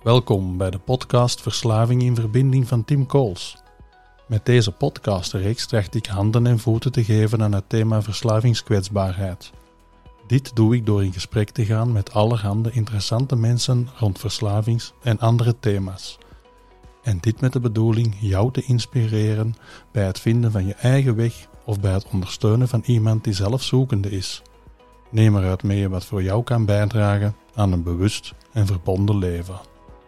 Welkom bij de podcast Verslaving in Verbinding van Tim Kools. Met deze podcastreeks tracht ik handen en voeten te geven aan het thema verslavingskwetsbaarheid. Dit doe ik door in gesprek te gaan met allerhande interessante mensen rond verslavings- en andere thema's. En dit met de bedoeling jou te inspireren bij het vinden van je eigen weg of bij het ondersteunen van iemand die zelf zoekende is. Neem eruit mee wat voor jou kan bijdragen aan een bewust en verbonden leven.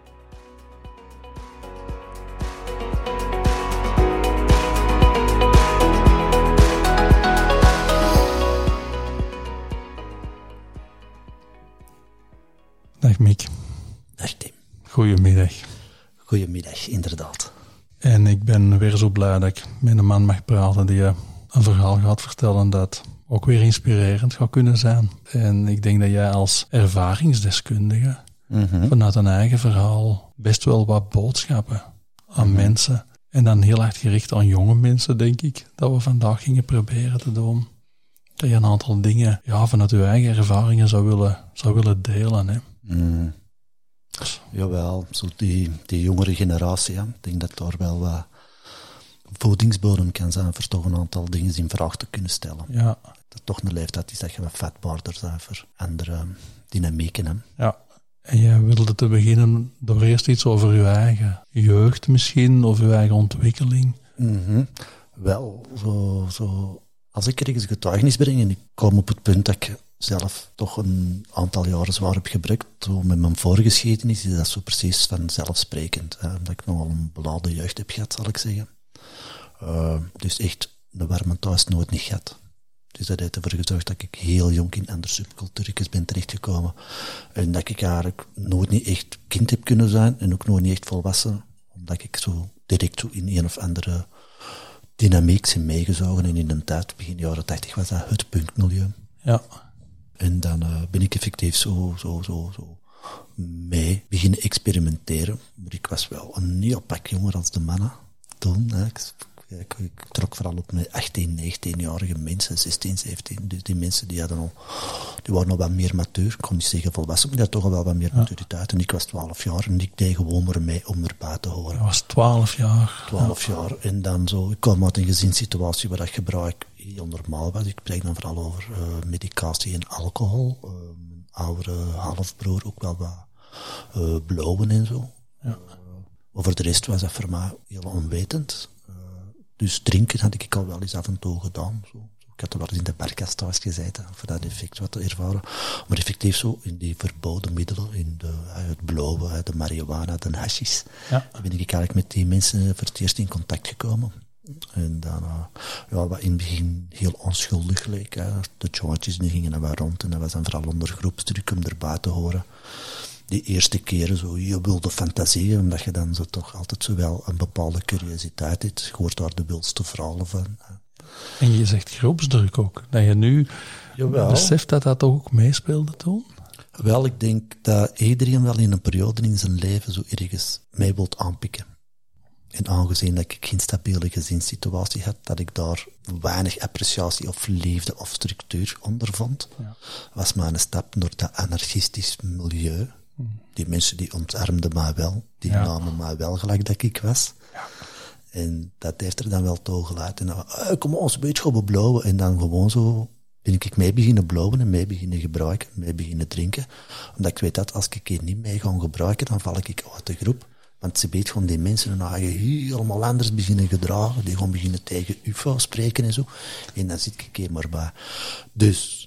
Dag Mick. Dag Tim. Goedemiddag. Goedemiddag, inderdaad. En ik ben weer zo blij dat ik met een man mag praten die een verhaal gaat vertellen dat ook weer inspirerend gaat kunnen zijn. En ik denk dat jij als ervaringsdeskundige vanuit een eigen verhaal best wel wat boodschappen aan mensen, en dan heel erg gericht aan jonge mensen, denk ik, dat we vandaag gingen proberen te doen. Dat je een aantal dingen vanuit je eigen ervaringen zou willen delen. Hè. Jawel, zo die jongere generatie, ja. Ik denk dat daar wel wat voedingsbodem kan zijn voor toch een aantal dingen in vraag te kunnen stellen. Ja. Dat toch een leeftijd is dat je wat vatbaarder bent voor andere dynamieken. Hè. Ja. En jij wilde te beginnen door eerst iets over je eigen jeugd misschien, of je eigen ontwikkeling. Wel, zo als ik ergens getuigenis breng en ik kom op het punt dat ik zelf toch een aantal jaren zwaar heb gebruikt, zo met mijn voorgeschiedenis is dat zo precies vanzelfsprekend. Dat ik nogal een beladen jeugd heb gehad, zal ik zeggen. Dus echt een warme thuis nooit niet gehad. Dus dat heeft ervoor gezorgd dat ik heel jong in andere subcultuurtjes ben terechtgekomen. En dat ik eigenlijk nooit niet echt kind heb kunnen zijn en ook nooit niet echt volwassen. Omdat ik zo direct zo in een of andere dynamiek zijn meegezogen. En in een tijd, begin jaren 80, was dat het punkmilieu. Ja. En dan ben ik effectief zo mee beginnen experimenteren. Maar ik was wel een heel pak jonger als de mannen toen. Hè. Ik trok vooral op met 18, 19-jarige mensen, 16, 17. Dus die mensen die waren al wat meer matuur. Ik kon niet zeggen volwassen, maar die hadden toch al wel wat meer maturiteit. En ik was 12 jaar en ik deed gewoon maar mee om erbij te horen. Je was 12 jaar. 12 jaar. En dan ik kwam uit een gezinssituatie waar dat gebruik heel normaal was. Ik spreek dan vooral over medicatie en alcohol. Mijn oudere halfbroer ook wel wat blauwen en zo. Ja. Over de rest was dat voor mij heel onwetend. Dus drinken had ik al wel eens af en toe gedaan. Zo. Ik had er wel eens in de barkast thuis gezeten, voor dat effect wat te ervaren. Maar effectief zo, in die verboden middelen, in het blauwe, de marihuana, de hashish, dan ben ik eigenlijk met die mensen voor het eerst in contact gekomen. En dan, wat in het begin heel onschuldig leek. De jointjes die gingen er wat rond en dat was dan vooral onder groepsdruk om erbij te horen. Die eerste keren zo, je wilde fantasieën, omdat je dan zo toch altijd zo wel een bepaalde curiositeit hebt. Je hoort daar de wildste verhalen van. En je zegt groepsdruk ook. Dat je nu beseft dat dat toch ook meespeelde toen? Wel, ik denk dat iedereen wel in een periode in zijn leven zo ergens mee wilt aanpikken. En aangezien dat ik geen stabiele gezinssituatie had, dat ik daar weinig appreciatie of liefde of structuur onder vond, was mijn stap naar dat anarchistisch milieu. Die mensen die ontarmden mij wel, die namen mij wel gelijk dat ik was. Ja. En dat heeft er dan wel toe gelaten. En dan, kom ons een beetje gaan beblauwen. En dan gewoon zo ben ik mee beginnen blauwen en mee beginnen gebruiken, mee beginnen drinken. Omdat ik weet dat als ik hier niet mee ga gebruiken, dan val ik uit de groep. Want ze weet gewoon die mensen hun eigen helemaal anders beginnen gedragen. Die gewoon beginnen tegen UFO spreken en zo. En dan zit ik hier maar bij. Dus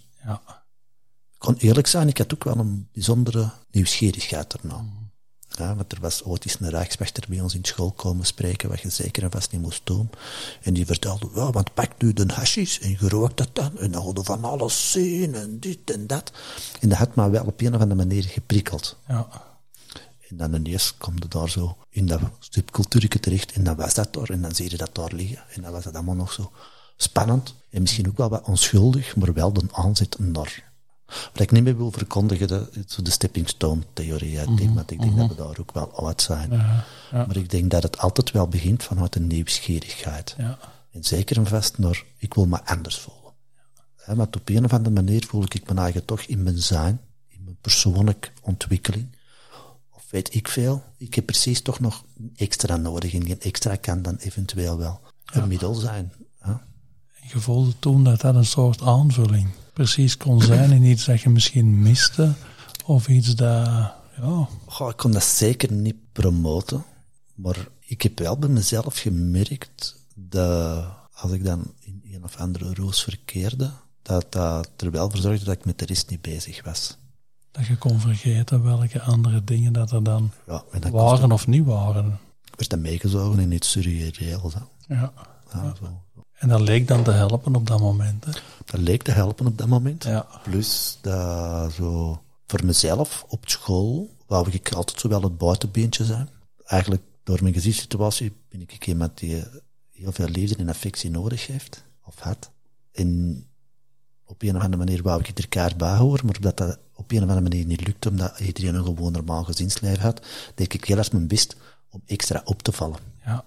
ik kon eerlijk zijn, ik had ook wel een bijzondere nieuwsgierigheid erna. Ja, want er was ooit eens een rijkswachter bij ons in school komen spreken, wat je zeker en vast niet moest doen. En die vertelde, want pak nu de hashish en je rookt dat dan. En dan hadden van alles zien en dit en dat. En dat had me wel op een of andere manier geprikkeld. Ja. En dan ineens kom je daar zo in dat subcultuurtje terecht en dan was dat daar. En dan zie je dat daar liggen. En dan was het allemaal nog zo spannend. En misschien ook wel wat onschuldig, maar wel de aanzet naar. Wat ik niet meer wil verkondigen, de stepping stone theorie, want ik denk dat we daar ook wel uit zijn. Maar ik denk dat het altijd wel begint vanuit een nieuwsgierigheid. Ja. En zeker en vast naar, ik wil me anders voelen. Want op een of andere manier voel ik mijn eigen toch in mijn zijn, in mijn persoonlijke ontwikkeling, Of weet ik veel. Ik heb precies toch nog extra nodig. En geen extra kan dan eventueel wel een middel zijn. Ja. Je voelde toen dat een soort aanvulling precies kon zijn in iets dat je misschien miste, of iets dat, ja... Goh, ik kon dat zeker niet promoten, maar ik heb wel bij mezelf gemerkt dat als ik dan in een of andere roos verkeerde, dat er wel voor zorgde dat ik met de rest niet bezig was. Dat je kon vergeten welke andere dingen dat er dan waren of niet waren. Ik werd dan meegezogen in iets surreëels. Ja. Zo. En dat leek dan te helpen op dat moment, hè? Dat leek te helpen op dat moment. Ja. Plus, dat zo voor mezelf op school wou ik altijd zo wel het buitenbeentje zijn. Eigenlijk, door mijn gezinssituatie ben ik iemand die heel veel liefde en affectie nodig heeft, of had. En op een of andere manier wou ik er elkaar bij horen, maar omdat dat op een of andere manier niet lukte, omdat iedereen een gewoon normaal gezinsleven had, deed ik heel erg mijn best om extra op te vallen. Ja.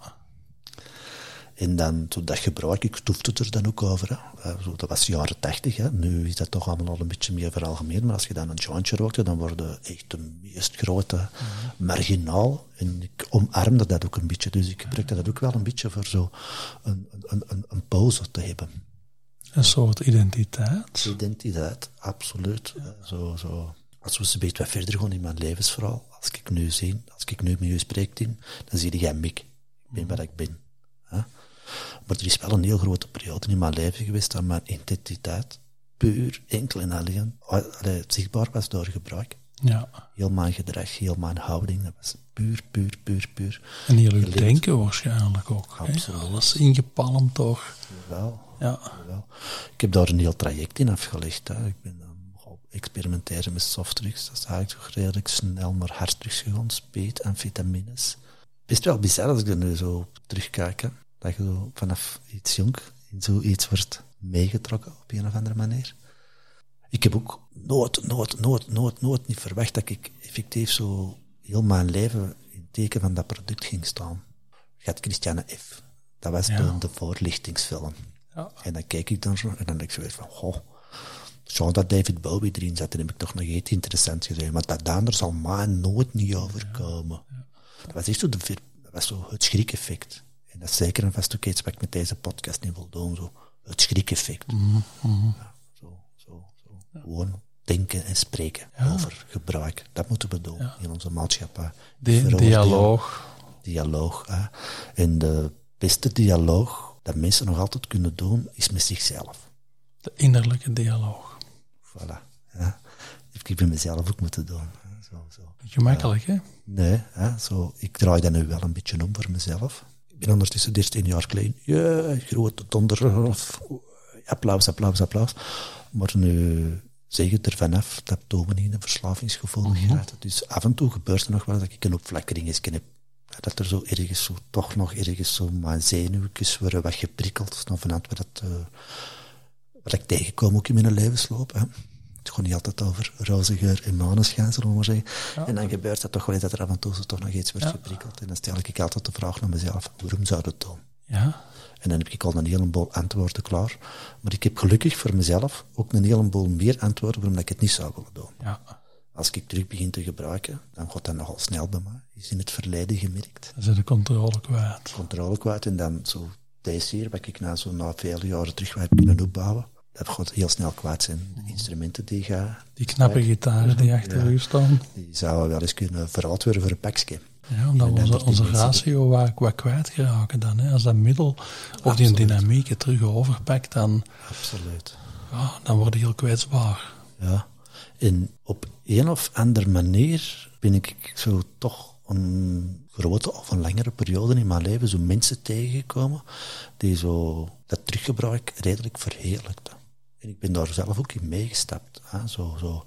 En dan, zo dat gebruik, ik stoefde het er dan ook over. Hè. Dat was jaren 80, hè. Nu is dat toch allemaal al een beetje meer veralgemeen, maar als je dan een jointje rookte, dan word je echt de meest grote marginaal. En ik omarmde dat ook een beetje, dus ik gebruikte dat ook wel een beetje voor zo een pauze te hebben. Een soort identiteit? Identiteit, absoluut. Zo. Als we eens een beetje wat verder gaan in mijn levensverhaal, als ik nu met je spreek, Tim, dan zie je Mick. Ik ben wat ik ben. Hè? Maar er is wel een heel grote periode in mijn leven geweest dat mijn identiteit puur, enkel en alleen zichtbaar was door gebruik. Ja. Heel mijn gedrag, heel mijn houding, dat was puur. En heel uw denken waarschijnlijk ook. Absoluut. Alles ingepalmd toch? Jawel. Ja. Ik heb daar een heel traject in afgelegd. Hè. Ik ben nogal experimenteren met softdrugs. Dat is eigenlijk toch redelijk snel naar harddrugs gegaan, speed, amfetamines. Best wel bizar als ik er nu zo terugkijk. Hè. Dat je zo vanaf iets jong in zoiets wordt meegetrokken op een of andere manier. Ik heb ook nooit niet verwacht dat ik effectief zo heel mijn leven in het teken van dat product ging staan. Je had Christiane F. Dat was toen de voorlichtingsfilm. Ja. En dan keek ik dan zo en dan denk ik zo van, zo dat David Bowie erin zat, dan heb ik toch nog iets interessants gezegd. Maar dat anders zal mij nooit niet overkomen. Ja. Dat was echt zo het schrik-effect. En dat is zeker en vast ook iets wat ik met deze podcast niet wil doen. Zo, het schrik-effect. Mm-hmm. Ja, zo. Ja. Gewoon denken en spreken over gebruik. Dat moeten we doen in onze maatschappij. Dialoog. Hè. En de beste dialoog dat mensen nog altijd kunnen doen, is met zichzelf. De innerlijke dialoog. Voilà. Ja. Ik bij mezelf ook moeten doen. Zo. Gemakkelijk, hè? Nee, zo. Ik draai dat nu wel een beetje om voor mezelf. Ik ben ondertussen 13 jaar klein. Ja, grote donder. Applaus. Maar nu zeg het er vanaf dat Tomen in een verslavingsgevoel geraakt. Dus af en toe gebeurt er nog wel dat ik een opflakkering heb. Dat er zo ergens toch nog mijn zenuwtjes worden wat geprikkeld. Dan vanuit wat ik tegenkom ook in mijn levensloop. Hè. Het gaat niet altijd over roze geur en maneschijn, zullen we maar zeggen. Ja. En dan gebeurt dat toch wel eens dat er af en toe toch nog iets wordt geprikkeld. En dan stel ik altijd de vraag naar mezelf, waarom zou dat doen? Ja. En dan heb ik al een heleboel antwoorden klaar. Maar ik heb gelukkig voor mezelf ook een heleboel meer antwoorden waarom ik het niet zou willen doen. Ja. Als ik terug begin te gebruiken, dan gaat dat nogal snel bij mij. Is in het verleden gemerkt. Dan zit de controle kwijt. En dan zo deze hier, wat ik na vele jaren terug heb kunnen opbouwen, dat gaat heel snel kwijt zijn. De instrumenten die knappe gitaren die achter u staan. Die zouden wel eens kunnen verhaald worden voor een pakje. Ja, omdat onze ratio wat kwijt geraken dan. Hè. Als dat middel of die dynamiek het terug overpakt, dan... Absoluut. Ja, dan word je heel kwetsbaar. Ja. En op een of andere manier ben ik zo toch een grote of een langere periode in mijn leven zo mensen tegengekomen die zo dat teruggebruik redelijk verheerlijkten. En ik ben daar zelf ook in meegestapt. Hè. Zo,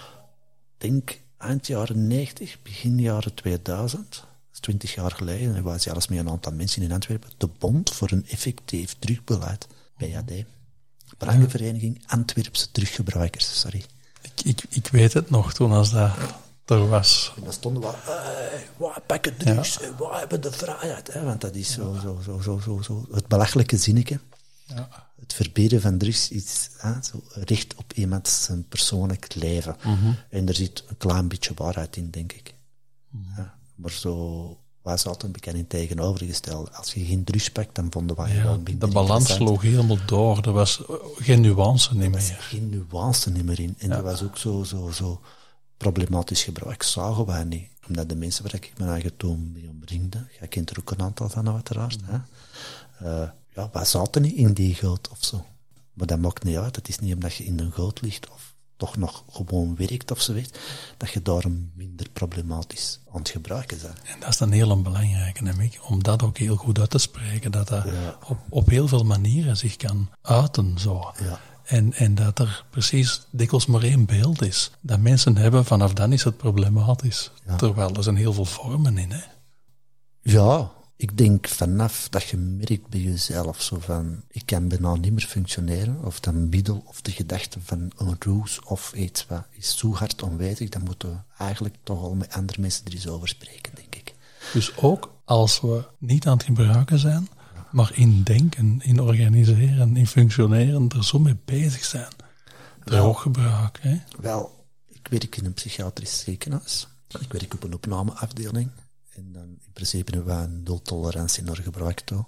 denk eind jaren 90, begin jaren 2000, dat is 20 jaar geleden, en was zelfs met een aantal mensen in Antwerpen, de Bond voor een effectief terugbeleid, BAD. Belangenvereniging Antwerpse Teruggebruikers, sorry. Ik weet het nog, toen als dat er was. En dan stonden we, wij pakken drugs, wij hebben de vrijheid. Hè, want dat is zo het belachelijke zinnetje. Ja. Het verbieden van drugs is zo recht op iemand zijn persoonlijk leven. En er zit een klein beetje waarheid in, denk ik. Ja, maar zo... Wij zaten een beetje in tegenovergesteld. Als je geen drugs pakt, dan vonden wij je wel minder de balans sloeg helemaal door. Er was geen nuance niet meer. Geen nuance niet meer in. En dat was ook zo problematisch gebruik. Zagen wij niet. Omdat de mensen waar ik mijn eigen toen mee omringde, jij kent er ook een aantal van uiteraard, wij zaten niet in die goot of zo. Maar dat maakt niet uit. Het is niet omdat je in een goot ligt of toch nog gewoon werkt of zoiets, dat je daar minder problematisch aan het gebruiken bent. En dat is dan heel belangrijke, Mick, om dat ook heel goed uit te spreken, dat op heel veel manieren zich kan uiten. Zo. Ja. En dat er precies dikwijls maar één beeld is. Dat mensen hebben, vanaf dan is het problematisch. Ja. Terwijl er zijn heel veel vormen in. Hè? Ja, ik denk vanaf dat je merkt bij jezelf zo van, ik kan bijna niet meer functioneren, of dat middel of de gedachte van een roes of iets wat is zo hard aanwezig, dan moeten we eigenlijk toch al met andere mensen er eens over spreken, denk ik. Dus ook als we niet aan het gebruiken zijn, maar in denken, in organiseren, in functioneren, er zo mee bezig zijn. Drooggebruik, hè? Wel, ik werk in een psychiatrisch ziekenhuis. Ik werk op een opnameafdeling. En dan in principe hebben we een nul tolerantie naar gebruik toe.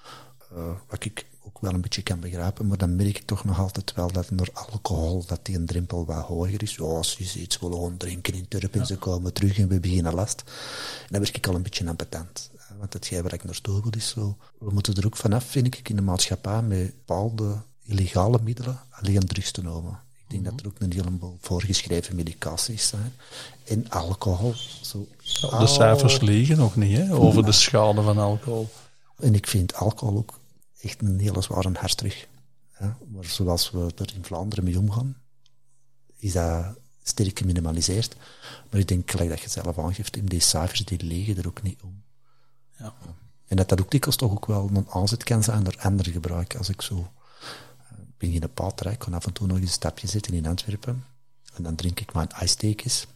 Wat ik ook wel een beetje kan begrijpen, maar dan merk ik toch nog altijd wel dat door alcohol, dat die een drempel wat hoger is. Ja, als je iets wil gewoon drinken in Turp en ze komen terug en we beginnen last. En dan werk ik al een beetje ambetant. Want hetgeen waar ik naartoe wil is zo, we moeten er ook vanaf, vind ik, in de maatschappij met bepaalde illegale middelen alleen drugs te nemen. Ik denk dat er ook een heleboel voorgeschreven medicaties zijn. En alcohol. Zo. De cijfers liegen nog niet, hè, over de schade van alcohol. En ik vind alcohol ook echt een hele zware hartstreek. Ja, maar zoals we er in Vlaanderen mee omgaan, is dat sterk geminimaliseerd. Maar ik denk, gelijk dat je zelf aangeeft, die cijfers die liegen er ook niet om. Ja. En dat ook dikwijls toch ook wel een aanzet kan zijn door andere gebruik. Als ik zo... Ik ben geen pater, ik kan af en toe nog eens een stapje zetten in Antwerpen. En dan drink ik mijn ijstheekjes.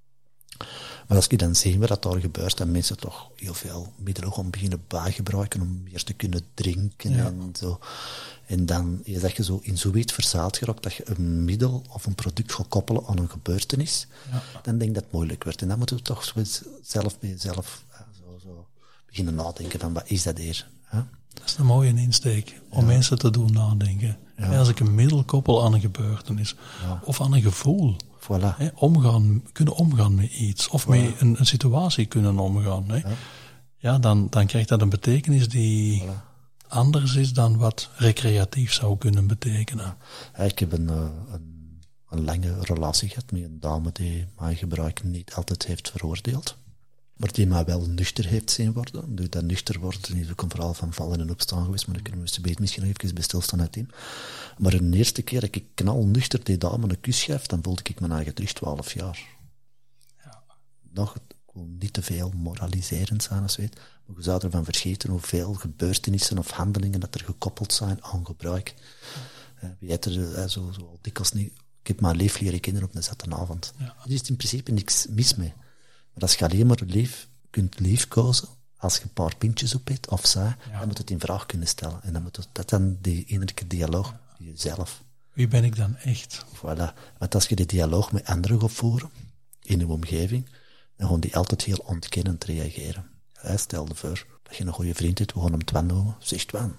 Maar als ik dan zie wat daar gebeurt, dan mensen toch heel veel middelen gaan beginnen bijgebruiken om meer te kunnen drinken en zo. En dan is dat je zo in zoiets verzaald geraakt dat je een middel of een product gaat koppelen aan een gebeurtenis. Ja. Dan denk ik dat het moeilijk wordt. En dan moeten we toch zelf bij jezelf zo beginnen nadenken van wat is dat hier? Hè? Dat is een mooie insteek, om mensen te doen nadenken. Ja. Als ik een middel koppel aan een gebeurtenis, of aan een gevoel, voilà. Kunnen omgaan met iets, of met een situatie kunnen omgaan. Hè. Dan krijgt dat een betekenis die anders is dan wat recreatief zou kunnen betekenen. Ja, ik heb een lange relatie gehad met een dame die mijn gebruik niet altijd heeft veroordeeld. Maar die mij wel nuchter heeft zien worden. Dus dat nuchter worden is ook een verhaal van vallen en opstaan geweest, maar daar kunnen we misschien nog even bij stilstaan uit in. Maar de eerste keer dat ik knalnuchter die dame een kus gaf, dan voelde ik mijn eigen terug 12 jaar. Ja. Nog, ik wil niet te veel moraliserend zijn als weet, maar je zou ervan verschieten hoeveel gebeurtenissen of handelingen dat er gekoppeld zijn aan gebruik. Wie heeft er zo dikwijls niet... Ik heb mijn leven leren kennen op een zattenavond. Ja. Er is in principe niks mis mee. Maar als je alleen maar kunt liefkozen, als je een paar pintjes op hebt, of zij, dan moet het in vraag kunnen stellen. En dan moet dat dan die innerlijke dialoog met jezelf. Wie ben ik dan echt? Voilà. Want als je die dialoog met anderen gaat voeren, in je omgeving, dan gaan die altijd heel ontkennend reageren. Stel je voor dat je een goede vriend hebt, we gaan hem Twan noemen. Zeg Twan,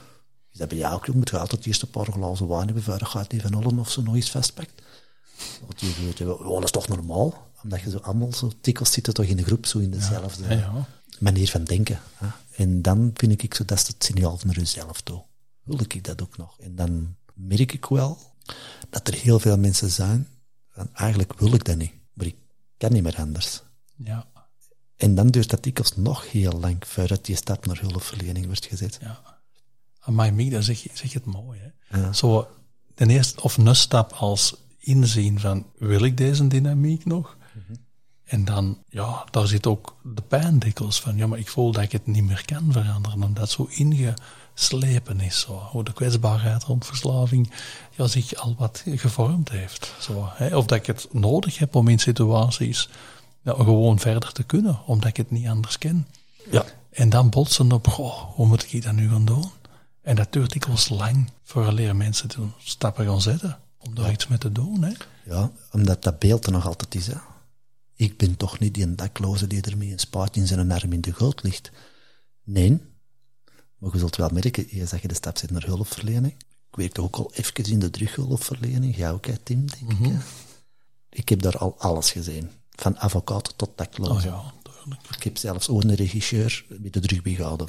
is dat bij jou ook? Moet je altijd eerst een paar glazen wijn hebben, voordat je die van Hollen of zo nog eens vastpakt? Want je weet, dat is toch normaal? Omdat je zo allemaal zo dikwijls zitten toch in de groep, zo in dezelfde manier van denken. Hè? En dan vind ik zo, dat is het signaal naar jezelf toe. Wil ik dat ook nog? En dan merk ik wel dat er heel veel mensen zijn van, eigenlijk wil ik dat niet, maar ik kan niet meer anders. Ja. En dan duurt dat dikwijls nog heel lang voordat die stap naar hulpverlening wordt gezet. Ja. Maar Mick, dan zeg je het mooi. Hè? Ja. Zo, ten eerste, of een stap als inzien van, wil ik deze dynamiek nog? Mm-hmm. En dan, daar zit ook de pijn dikwijls van, maar ik voel dat ik het niet meer kan veranderen, omdat het zo ingeslepen is, zo. Hoe de kwetsbaarheid rond verslaving zich al wat gevormd heeft. Zo, hè? Of dat ik het nodig heb om in situaties gewoon verder te kunnen, omdat ik het niet anders ken. Ja. En dan botsen op, hoe moet ik dat nu gaan doen? En dat duurt dikwijls lang vooraleer mensen stappen gaan zetten om daar iets mee te doen. Hè? Ja, omdat dat beeld er nog altijd is. Hè? ik ben toch niet die dakloze die er met een spaatje in zijn arm in de goot ligt. Nee, maar je zult wel merken, eerst dat je de stap zet naar hulpverlening. Ik werk toch ook al even in de terughulpverlening. Ja, ook, hè, Tim, denk ik. Hè? Ik heb daar al alles gezien. Van advocaat tot dakloze. Oh ja, duidelijk. Ik heb zelfs ook een regisseur met de drugsbrigade.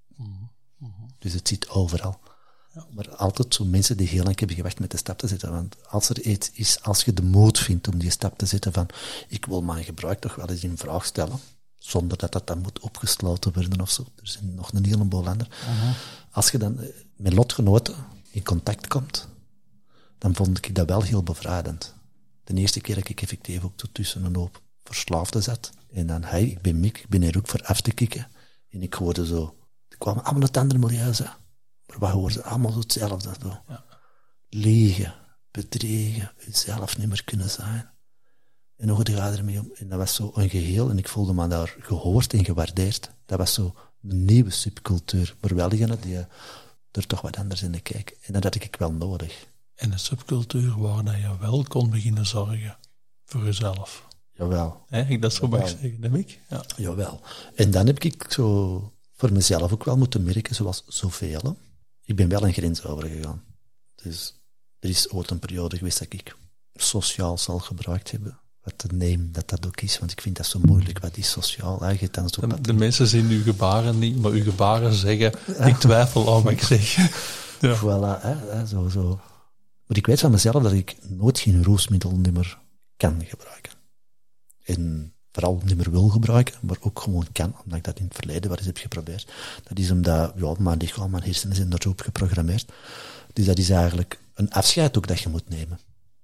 Dus het zit overal. Ja. Maar altijd zo mensen die heel lang hebben gewacht met de stap te zetten. Want als er iets is, als je de moed vindt om die stap te zetten van ik wil mijn gebruik toch wel eens in vraag stellen, zonder dat dat dan moet opgesloten worden of zo. Er zijn nog een heleboel anderen. Als je dan met lotgenoten in contact komt, dan vond ik dat wel heel bevrijdend. De eerste keer dat ik effectief ook tussen een hoop verslaafden zat. En dan, hey, ik ben Mick, ik ben hier ook voor af te kicken. En ik hoorde zo, die kwamen allemaal uit andere milieus. Maar wat hoorden ze? Allemaal zo hetzelfde. Zo. Ja. Liegen, bedriegen, jezelf niet meer kunnen zijn. En hoe ga je ermee om? En dat was zo een geheel, en ik voelde me daar gehoord en gewaardeerd. Dat was zo een nieuwe subcultuur. Maar wel diegene die er toch wat anders in kijken. En dat had ik wel nodig. En een subcultuur waar dat je wel kon beginnen zorgen voor jezelf. Jawel. Ik dat zo mag zeggen, denk ik. Ja. Jawel. En dan heb ik zo voor mezelf ook wel moeten merken, zoals zoveel. Ik ben wel een grens overgegaan. Dus er is ooit een periode geweest dat ik sociaal zal gebruikt hebben. Wat de name dat ook is, want ik vind dat zo moeilijk. Wat is sociaal? Dan zo de mensen zien uw gebaren niet, maar uw gebaren zeggen, ik twijfel aan wat ik zeg. Ja. Voilà, zo. Maar ik weet van mezelf dat ik nooit geen roesmiddel meer kan gebruiken. En vooral niet meer wil gebruiken, maar ook gewoon kan, omdat ik dat in het verleden wel eens heb geprobeerd. Dat is omdat, mijn lichaam, mijn hersenen zijn daarop geprogrammeerd. Dus dat is eigenlijk een afscheid ook dat je moet nemen.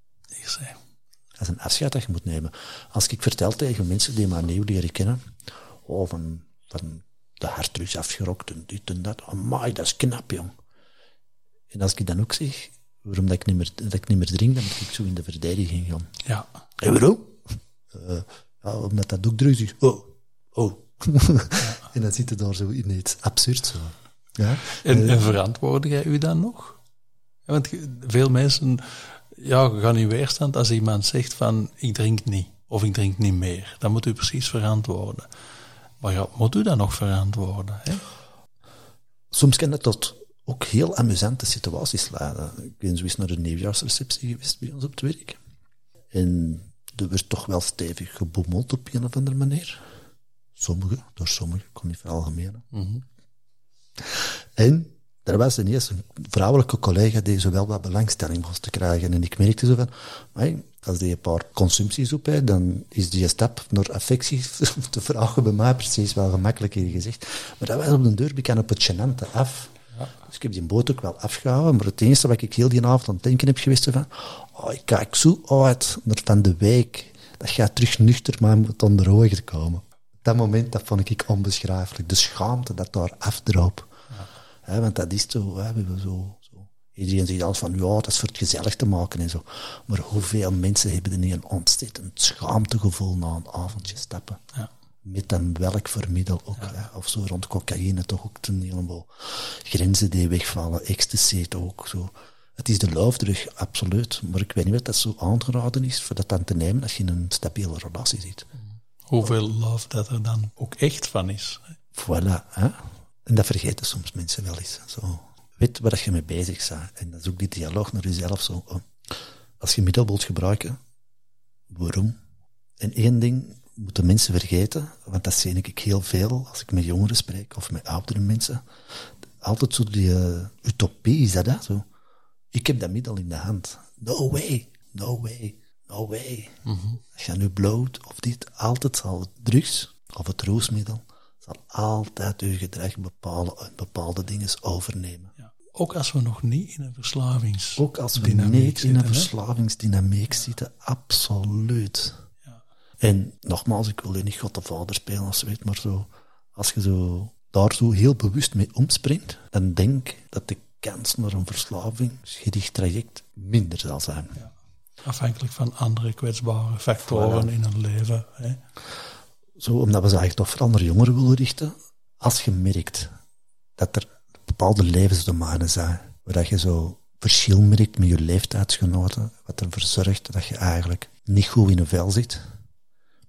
Dat is een afscheid dat je moet nemen. Als ik vertel tegen mensen die mij nieuw leren kennen, van de hartdrugs afgerokt en dit en dat, amai, dat is knap, jong. En als ik dan ook zeg, waarom dat ik niet meer drink, dan moet ik zo in de verdediging gaan. Ja. En waarom? Omdat dat ook drugs is. Ja. En dan zit het daar zo in iets absurd zo. Ja? En verantwoord jij u dan nog? Ja, want veel mensen gaan in weerstand als iemand zegt van ik drink niet, of ik drink niet meer. Dan moet u precies verantwoorden. Maar moet u dan nog verantwoorden? Hè? Soms kan dat tot ook heel amusante situaties leiden. Ik ben zo eens naar de nieuwjaarsreceptie geweest bij ons op het werk. En er werd toch wel stevig geboemeld op een of andere manier. Door sommigen, ik kon niet veralgemenen. En er was ineens een vrouwelijke collega die zo wel wat belangstelling moest krijgen. En ik merkte zo van, als die een paar consumpties op heeft, dan is die stap naar affectie te vragen bij mij precies wel gemakkelijker gezegd. Maar dat was op de deur bekend op het gênante af. Ja. Dus ik heb die boot ook wel afgehouden, maar het enige wat ik heel die avond aan het denken heb geweest van, ik kijk zo uit naar van de week, dat gaat terug nuchter maar moet onder ogen komen. Dat moment, dat vond ik onbeschrijfelijk. De schaamte dat daar afdroop. Ja. Want dat is zo, we hebben zo. Iedereen zegt altijd van, dat is voor het gezellig te maken en zo. Maar hoeveel mensen hebben er niet een ontzettend schaamtegevoel na een avondje stappen? Ja. Met dan welk voor middel ook. Ja. Of zo rond cocaïne toch ook een heleboel grenzen die wegvallen. Ecstasy toch ook zo. Het is de loofdrug, absoluut. Maar ik weet niet wat dat zo aangeraden is voor dat dan te nemen als je in een stabiele relatie zit. Hoeveel love dat er dan ook echt van is. Voilà. Hè? En dat vergeten soms mensen wel eens. Zo. Weet waar je mee bezig bent. En dat is ook die dialoog naar jezelf. Zo. Als je middel wilt gebruiken, waarom? En één ding moeten mensen vergeten, want dat zie ik heel veel als ik met jongeren spreek, of met oudere mensen. Altijd zo die utopie is dat, hè? Zo. Ik heb dat middel in de hand. No way. Als je nu bloot of dit, altijd zal het drugs of het roesmiddel zal altijd je gedrag bepalen en bepaalde dingen overnemen. Ja. Ook als we nog niet in een verslavingsdynamiek Ook als we niet in een verslavingsdynamiek zitten, absoluut. Ja. En nogmaals, ik wil hier niet God de Vader spelen als je weet, maar zo, als je zo daar zo heel bewust mee omspringt, dan denk dat de kans naar een verslavingsgericht traject minder zal zijn. Ja. Afhankelijk van andere kwetsbare factoren in het leven. Hè? Zo, omdat we ze eigenlijk toch vooral naar jongeren willen richten. Als je merkt dat er bepaalde levensdomeinen zijn, waar je zo verschil merkt met je leeftijdsgenoten, wat ervoor zorgt dat je eigenlijk niet goed in een vel zit.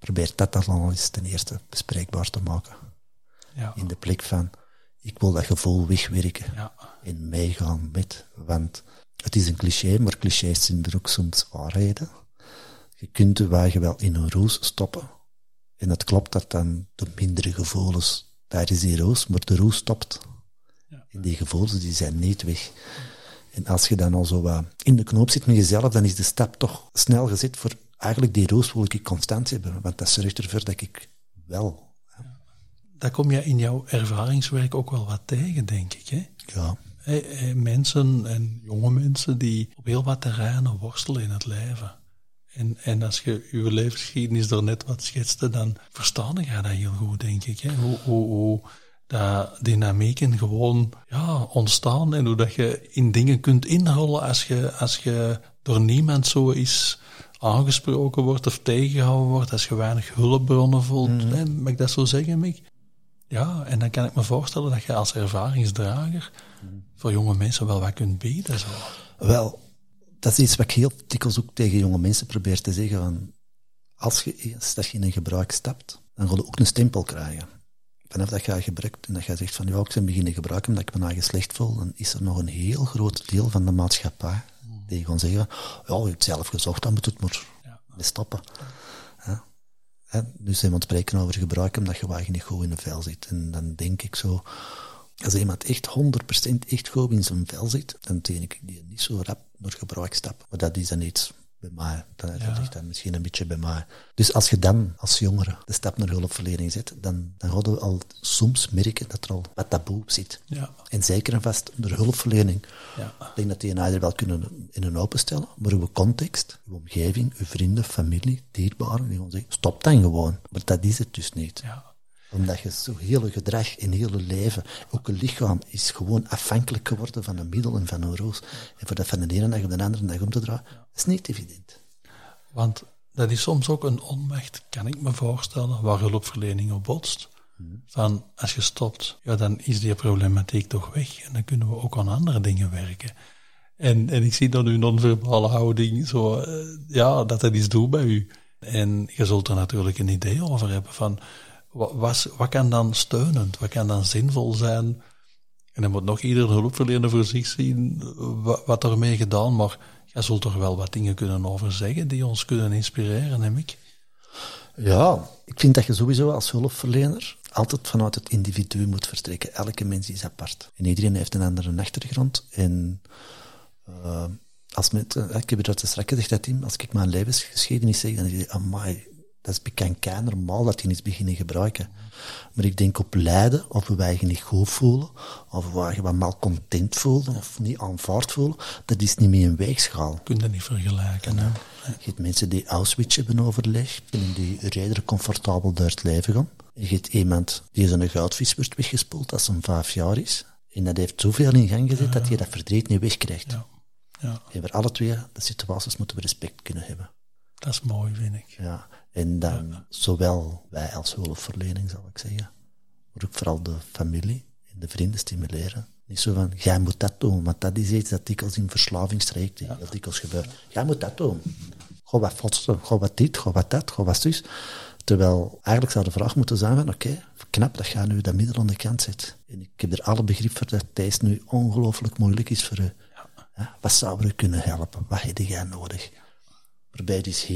probeer dat dan al eens ten eerste bespreekbaar te maken. Ja. In de plek van, ik wil dat gevoel wegwerken. Ja. En meegaan met, want het is een cliché, maar clichés zijn er ook soms waarheden. Je kunt de wagen wel in een roes stoppen. En het klopt dat dan de mindere gevoelens, daar is die roos, maar de roes stopt. Ja. En die gevoelens die zijn niet weg. En als je dan al zo wat in de knoop zit met jezelf, dan is de stap toch snel gezet voor, eigenlijk die roos wil ik constant hebben, want dat zorgt ervoor dat ik wel... Dat kom je in jouw ervaringswerk ook wel wat tegen, denk ik, hè? Ja. Mensen en jonge mensen die op heel wat terreinen worstelen in het leven. En als je je levensgeschiedenis er net wat schetste, dan verstaan je dat heel goed, denk ik. Hè? Hoe dat dynamieken gewoon ontstaan en hoe dat je in dingen kunt inrollen als je door niemand zo is aangesproken wordt of tegengehouden wordt, als je weinig hulpbronnen voelt. Hè? Mag ik dat zo zeggen, Mick? Ja, en dan kan ik me voorstellen dat je als ervaringsdrager voor jonge mensen wel wat kunt bieden. Zo. Wel, dat is iets wat ik heel dikwijls ook tegen jonge mensen probeer te zeggen. Van, als je eens dat je in een gebruik stapt, dan ga je ook een stempel krijgen. Vanaf dat je gebruikt en dat je zegt van ja, ik ben beginnen gebruiken omdat ik me eigen slecht voel, dan is er nog een heel groot deel van de maatschappij die gewoon zeggen, ja, je hebt zelf gezocht, dan moet het maar stoppen. Nu zijn we aan het spreken over gebruik omdat je wagen niet goed in een vel zit. En dan denk ik zo, als iemand echt 100% echt goed in zijn vel zit, dan denk ik die niet zo rap naar gebruik stap. Maar dat is dan iets bij mij. Dat ligt dan misschien een beetje bij mij. Dus als je dan als jongere de stap naar hulpverlening zet, dan ga je al soms merken dat er al wat taboe op zit. Ja. En zeker en vast door hulpverlening. Ja. Ik denk dat die een wel kunnen in een openstellen, maar uw context, uw omgeving, uw vrienden, familie, dierbaren, die gewoon zeggen, stop dan gewoon. Maar dat is het dus niet. Ja. Omdat je zo hele gedrag en hele leven, ook een lichaam, is gewoon afhankelijk geworden van een middel en van een roos. En voor dat van de ene dag op de andere dag om te draaien, is niet evident. Want dat is soms ook een onmacht, kan ik me voorstellen, waar hulpverlening op botst. Van, als je stopt, dan is die problematiek toch weg. En dan kunnen we ook aan andere dingen werken. En ik zie dan uw non-verbale houding zo, dat iets doet bij u. En je zult er natuurlijk een idee over hebben van, wat kan dan steunend, wat kan dan zinvol zijn? En dan moet nog ieder hulpverlener voor zich zien wat ermee gedaan, maar jij zult toch wel wat dingen kunnen over zeggen die ons kunnen inspireren, neem ik? Ja, ik vind dat je sowieso als hulpverlener altijd vanuit het individu moet vertrekken. Elke mens is apart. En iedereen heeft een andere achtergrond. En ik heb het straks gezegd dat Tim, als ik mijn levensgeschiedenis zeg, dan zeg je, amai, dat is bekend normaal dat je iets beginnen gebruiken. Maar ik denk op lijden, of we je niet goed voelen, of we wat malcontent voelen, of niet aanvaard voelen, dat is niet meer een weegschaal. Je kunt dat niet vergelijken. Hè? Je hebt mensen die Auschwitz hebben overleefd, en die redelijk comfortabel door het leven gaan. Je hebt iemand die zijn goudvis wordt weggespoeld als hij 5 jaar is. En dat heeft zoveel in gang gezet dat je dat verdriet niet wegkrijgt. Ja. Ja. En voor alle twee de situaties moeten we respect kunnen hebben. Dat is mooi, vind ik. Ja. En dan zowel wij als hulpverlening, zal ik zeggen, maar ook vooral de familie en de vrienden stimuleren. Niet zo van, jij moet dat doen, want dat is iets dat dikwijls in verslavingstrajecten heel dikwijls gebeurt. Jij moet dat doen. Ga wat fotsen, ga wat dit, ga wat dat, ga wat zus. Terwijl eigenlijk zou de vraag moeten zijn van, oké, knap dat jij nu dat middel aan de kant zet. En ik heb er alle begrip voor dat deze nu ongelooflijk moeilijk is voor u. Ja, wat zou er kunnen helpen? Wat heb jij nodig? Waarbij het is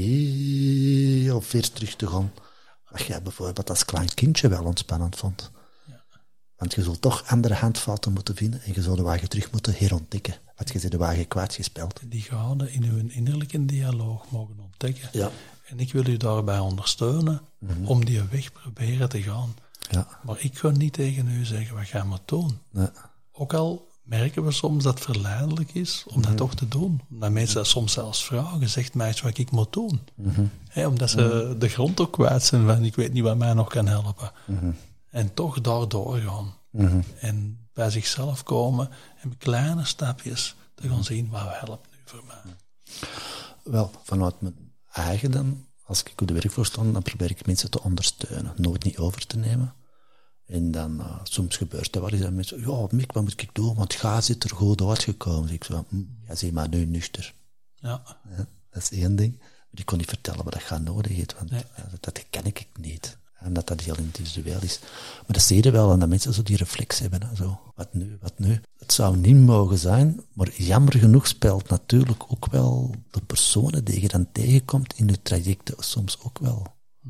heel ver terug te gaan. Wat jij bijvoorbeeld als klein kindje wel ontspannend vond. Ja. Want je zult toch andere handvaten moeten vinden en je zou de wagen terug moeten herontdekken. Want je zit de wagen kwijtgespeeld. Die gouden in uw innerlijke dialoog mogen ontdekken. Ja. En ik wil u daarbij ondersteunen om die weg proberen te gaan. Ja. Maar ik ga niet tegen u zeggen, wat gaan we doen? Nee. Ook al merken we soms dat het verleidelijk is om dat toch te doen. Omdat mensen dat soms zelfs vragen, zegt mij iets wat ik moet doen. Omdat ze de grond ook kwijt zijn van, ik weet niet wat mij nog kan helpen. En toch daardoor gaan. En bij zichzelf komen en met kleine stapjes te gaan zien, wat helpt nu voor mij. Wel, vanuit mijn eigen dan, als ik op de werkvloer sta, dan probeer ik mensen te ondersteunen. Nooit niet over te nemen. En dan, soms gebeurt dat wel eens, dat mensen ja, Mick, wat moet ik doen, want ga zit er goed uitgekomen. Dus ik zo, ja, zie maar nu nuchter. Ja. Dat is één ding. Maar Maar ik kon niet vertellen wat je nodig heeft, want dat ken ik niet. En dat heel individueel is. Maar dat zie je wel, en dat mensen zo die reflex hebben. Hè, zo. Wat nu? Het zou niet mogen zijn, maar jammer genoeg speelt natuurlijk ook wel de personen die je dan tegenkomt in je trajecten soms ook wel.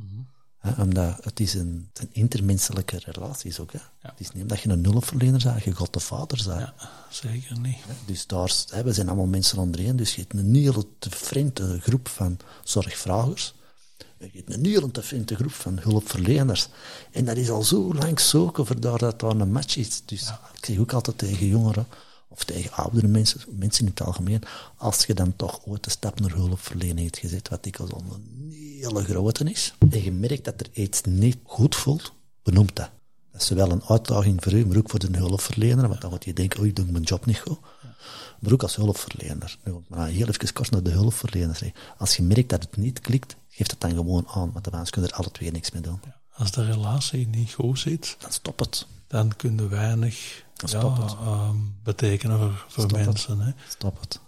Omdat het is een intermenselijke relatie ook. Hè. Ja. Het is niet omdat je een hulpverlener bent, je God de Vader bent. Ja, zeker niet. Dus we zijn allemaal mensen ondereen, dus je hebt een hele vreemde groep van zorgvragers. Je hebt een heel vreemde groep van hulpverleners. En dat is al zo lang zoeken voordat dat daar een match is. Dus ik zeg ook altijd tegen jongeren, of tegen oudere mensen in het algemeen, als je dan toch ooit een stap naar hulpverlening hebt gezet, wat dikwijls al een hele grote is, en je merkt dat er iets niet goed voelt, benoemt dat. Dat is zowel een uitdaging voor u, maar ook voor de hulpverlener, want dan wordt je denken, ik doe mijn job niet goed. Maar ook als hulpverlener. Maar heel even kort naar de hulpverleners. Als je merkt dat het niet klikt, geef het dan gewoon aan, want dan kunnen er alle twee niks mee doen. Ja. Als de relatie niet goed zit, dan stop het. Dan kun je weinig betekenen voor mensen. Hè. Stop het.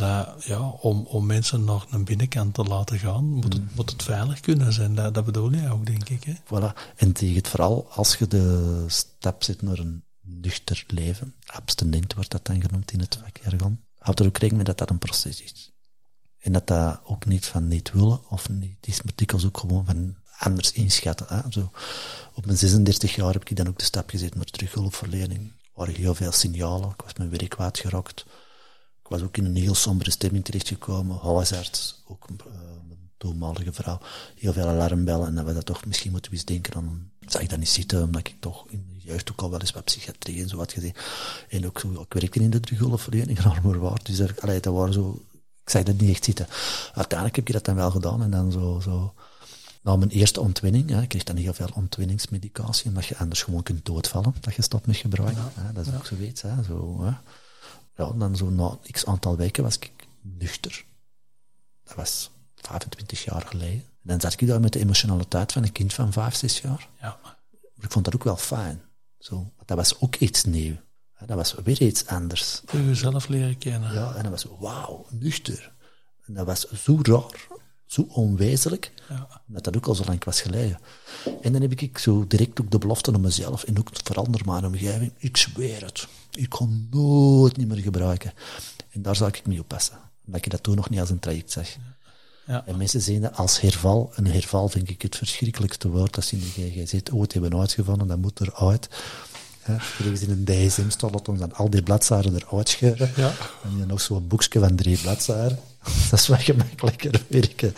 Om mensen naar een binnenkant te laten gaan, moet het veilig kunnen zijn. Dat bedoel je ook, denk ik. Hè? Voilà. En tegen het vooral, als je de stap zet naar een nuchter leven, abstinent wordt dat dan genoemd in het vakjargon, houd er ook rekening mee dat dat een proces is. En dat ook niet van niet willen of niet is, maar dikwijls ook gewoon van anders inschatten. Hè? Zo, op mijn 36 jaar heb ik dan ook de stap gezet naar terughulpverlening. Er waren heel veel signalen, ik was mijn werk kwijtgeraakt. Ik was ook in een heel sombere stemming terechtgekomen, huisarts, ook mijn toenmalige vrouw, heel veel alarmbellen en dat we dat toch misschien moeten eens denken aan, zag ik dat niet zitten, omdat ik toch in de jeugd ook al wel eens wat psychiatrie en zo had gezien. En ook zo, ik werkte in de terughulpverlening, Armoerwaard, dus dat waren zo, ik zag dat niet echt zitten. Uiteindelijk heb ik dat dan wel gedaan en dan zo na mijn eerste ontwinning, ik kreeg dan heel veel ontwinningsmedicatie, omdat je anders gewoon kunt doodvallen, dat je stopt met gebruiken. Ja. Dat is ook zoiets. Ja, dan zo na x aantal weken was ik nuchter. Dat was 25 jaar geleden. En dan zat ik daar met de emotionaliteit van een kind van 5, 6 jaar. Ja. Maar ik vond dat ook wel fijn. Zo. Dat was ook iets nieuw. Dat was weer iets anders. Kun je jezelf leren kennen. Ja, en dat was wauw, nuchter. En dat was zo raar, zo onwezenlijk, dat dat ook al zo lang was geleden. En dan heb ik zo direct ook de belofte aan mezelf en ook vooral naar mijn omgeving. Ik zweer het. Ik kon nooit niet meer gebruiken. En daar zou ik mee oppassen. Omdat ik dat toen nog niet als een traject zag. Ja. En mensen zien dat als herval. Een herval vind ik het verschrikkelijkste woord dat ze in de GGZ ooit hebben uitgevonden. Dat moet eruit. Ergens in een DSM staat dat ons dan al die bladzijden eruit scheuren. Ja. En je nog zo'n boekje van 3 bladzijden. Dat is wat gemakkelijker werken.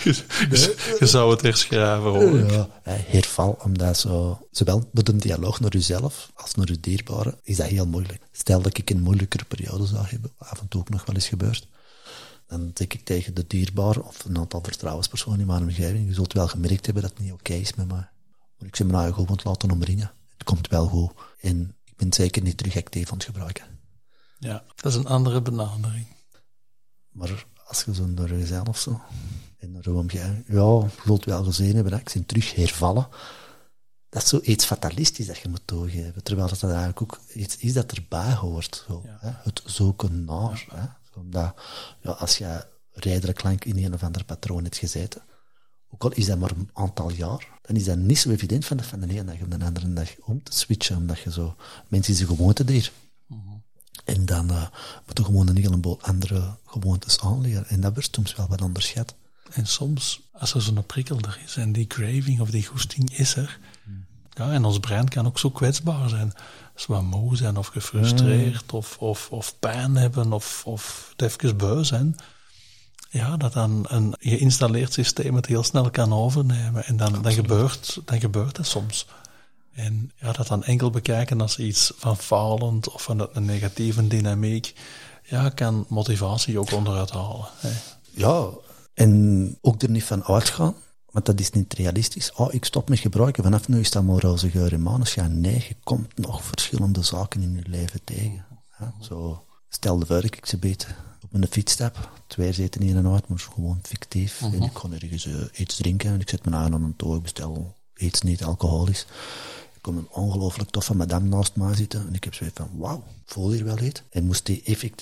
Je zou het herschrijven, hoor. Ja, herval, omdat zowel met een dialoog naar jezelf als naar je dierbaren, is dat heel moeilijk. Stel dat ik een moeilijkere periode zou hebben, af en toe ook nog wel eens gebeurt, dan denk ik tegen de dierbaren of een aantal vertrouwenspersonen in mijn omgeving, je zult wel gemerkt hebben dat het niet oké is met mij. Maar ik zeg me nou gewoon laten omringen. Het komt wel goed. En ik ben zeker niet terug actief aan het gebruiken. Ja, dat is een andere benadering. Maar als je zo naar jezelf zo, en naar je omgeving, je zult wel gezien hebben, ik ben terug hervallen. Dat is zoiets fatalistisch dat je moet toegeven. Terwijl dat eigenlijk ook iets is dat erbij hoort. Zo, het zoeken naar. Omdat, als je redelijk lang in een of ander patroon hebt gezeten, ook al is dat maar een aantal jaar, dan is dat niet zo evident van de ene dag op de andere dag om te switchen, omdat je zo, mensen is een gewoonte dier. En dan moet je gewoon een heleboel andere gewoontes aanleren. En dat wordt soms wel wat onderschat. En soms, als er zo'n prikkel er is, en die craving of die goesting is er, en ons brein kan ook zo kwetsbaar zijn. Als we moe zijn, of gefrustreerd, of pijn hebben, of het even beu zijn, dat dan een geïnstalleerd systeem het heel snel kan overnemen. En dan gebeurt dat soms. En dat dan enkel bekijken als iets van falend of van een negatieve dynamiek, kan motivatie ook onderuit halen. Hè. Ja, en ook er niet van uitgaan, want dat is niet realistisch. Ik stop met gebruiken, vanaf nu is dat maar roze geur en maneschijn. Nee, je komt nog verschillende zaken in je leven tegen. Ja, zo, stel de voor, ik ze beter op mijn fietsstap, 2 zitten in en uit, maar gewoon fictief. En ik kon ergens iets drinken en ik zet me aan een toog, ik bestel iets niet alcoholisch. Er komt een ongelooflijk toffe madame naast mij zitten en ik heb zoiets van, wauw, voel hier wel iets. En moest die effectief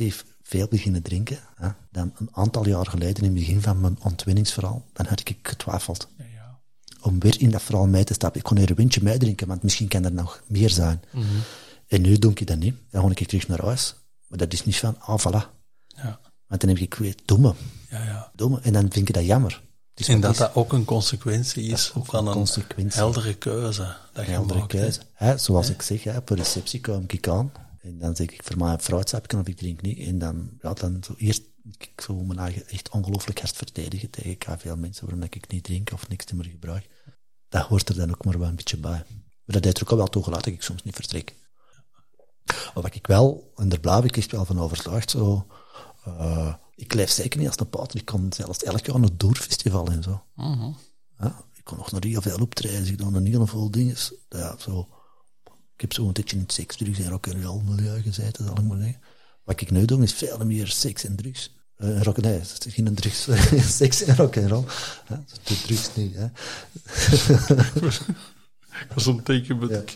veel beginnen drinken. Hè. Dan een aantal jaar geleden, in het begin van mijn ontwinningsverhaal, dan had ik getwijfeld. Ja. Om weer in dat verhaal mee te stappen. Ik kon er een windje mee drinken, want misschien kan er nog meer zijn. Mm-hmm. En nu doe ik dat niet. Dan ga ik terug naar huis. Maar dat is niet van, voilà. Ja. Want dan heb ik weer domme. En dan vind ik dat jammer. Dus en dat ook een consequentie is van een heldere keuze. Een heldere keuze. Hè, zoals ik zeg, op een receptie kom ik aan. En dan zeg ik, voor mij een fruitsapje of ik drink niet. En dan zo eerst ik zo mijn eigen echt ongelooflijk hard verdedigen tegen veel mensen waarom ik niet drink of niks meer gebruik. Dat hoort er dan ook maar wel een beetje bij. Maar dat heeft er ook al wel toegelaten dat ik soms niet vertrek. Maar wat ik wel, en daar blijf ik echt wel van overtuigd, zo... ik leef zeker niet als een pater. Ik kon zelfs elk jaar naar het Doorfestival en zo. Mm-hmm. Ja, ik kon nog naar heel veel optreden. Ik doe nog heel veel dingen. Ja, zo. Ik heb zo een tijdje in het seks, drugs en rock'n'roll milieu gezeten, zal ik maar zeggen. Wat ik nu doe, is veel meer seks en drugs. Nee, het is geen drugs. Seks en rock'n'roll. Ja, de drugs niet, hè. Ik was een teken met...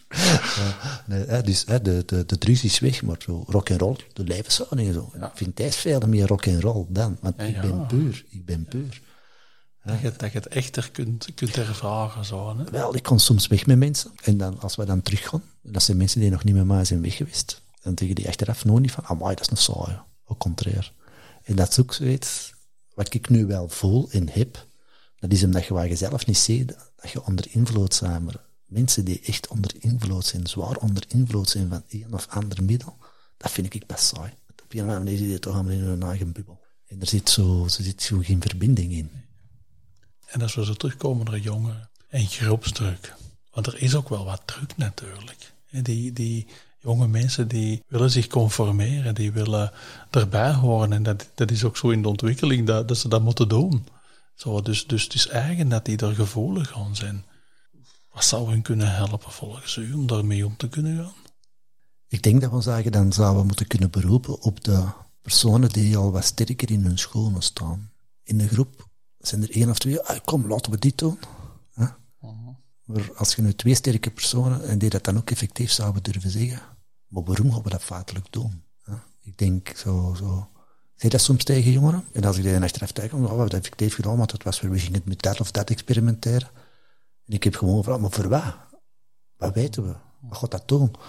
Nee, dus de drugs is weg, maar zo rock'n'roll, de levenshouding en zo. Ja. Ik vind thuis veel meer rock'n'roll dan, want ik ben puur. Dat je het echter kunt ervaren. Zo, hè? Wel, ik kom soms weg met mensen. En dan, als we dan teruggaan, dat zijn mensen die nog niet met mij zijn weg geweest, dan tegen die achteraf nog niet van, amai, dat is een saai. Au contraire. En dat is ook zoiets, wat ik nu wel voel en heb, dat is omdat je waar je zelf niet ziet, dat je onder invloed bent, maar mensen die echt onder invloed zijn, zwaar onder invloed zijn van een of ander middel, dat vind ik best saai. Op een of andere manier zit je toch allemaal in hun eigen bubbel. En er zit zo geen verbinding in. En als we zo terugkomen naar jongeren en groepsdruk, want er is ook wel wat druk natuurlijk. Die jonge mensen die willen zich conformeren, die willen erbij horen en dat is ook zo in de ontwikkeling dat ze dat moeten doen. Zo, dus het is eigen dat die er gevoelig aan zijn. Wat zou hen kunnen helpen volgens u om daarmee om te kunnen gaan? Ik denk dat we zeggen, dan zouden we moeten kunnen beroepen op de personen die al wat sterker in hun schoenen staan. In de groep zijn er 1 of 2, kom, laten we dit doen. Maar als je nu 2 sterke personen, en die dat dan ook effectief zouden durven zeggen, maar waarom gaan we dat feitelijk doen? Ik denk zo. Zeg dat soms tegen jongeren? En als ik die dan achteraf denk, we hebben het effectief gedaan, want dat was weer, we gingen met dat of dat experimenteren. En ik heb gewoon gevraagd, maar voor wat? Wat weten we? Wat gaat dat doen?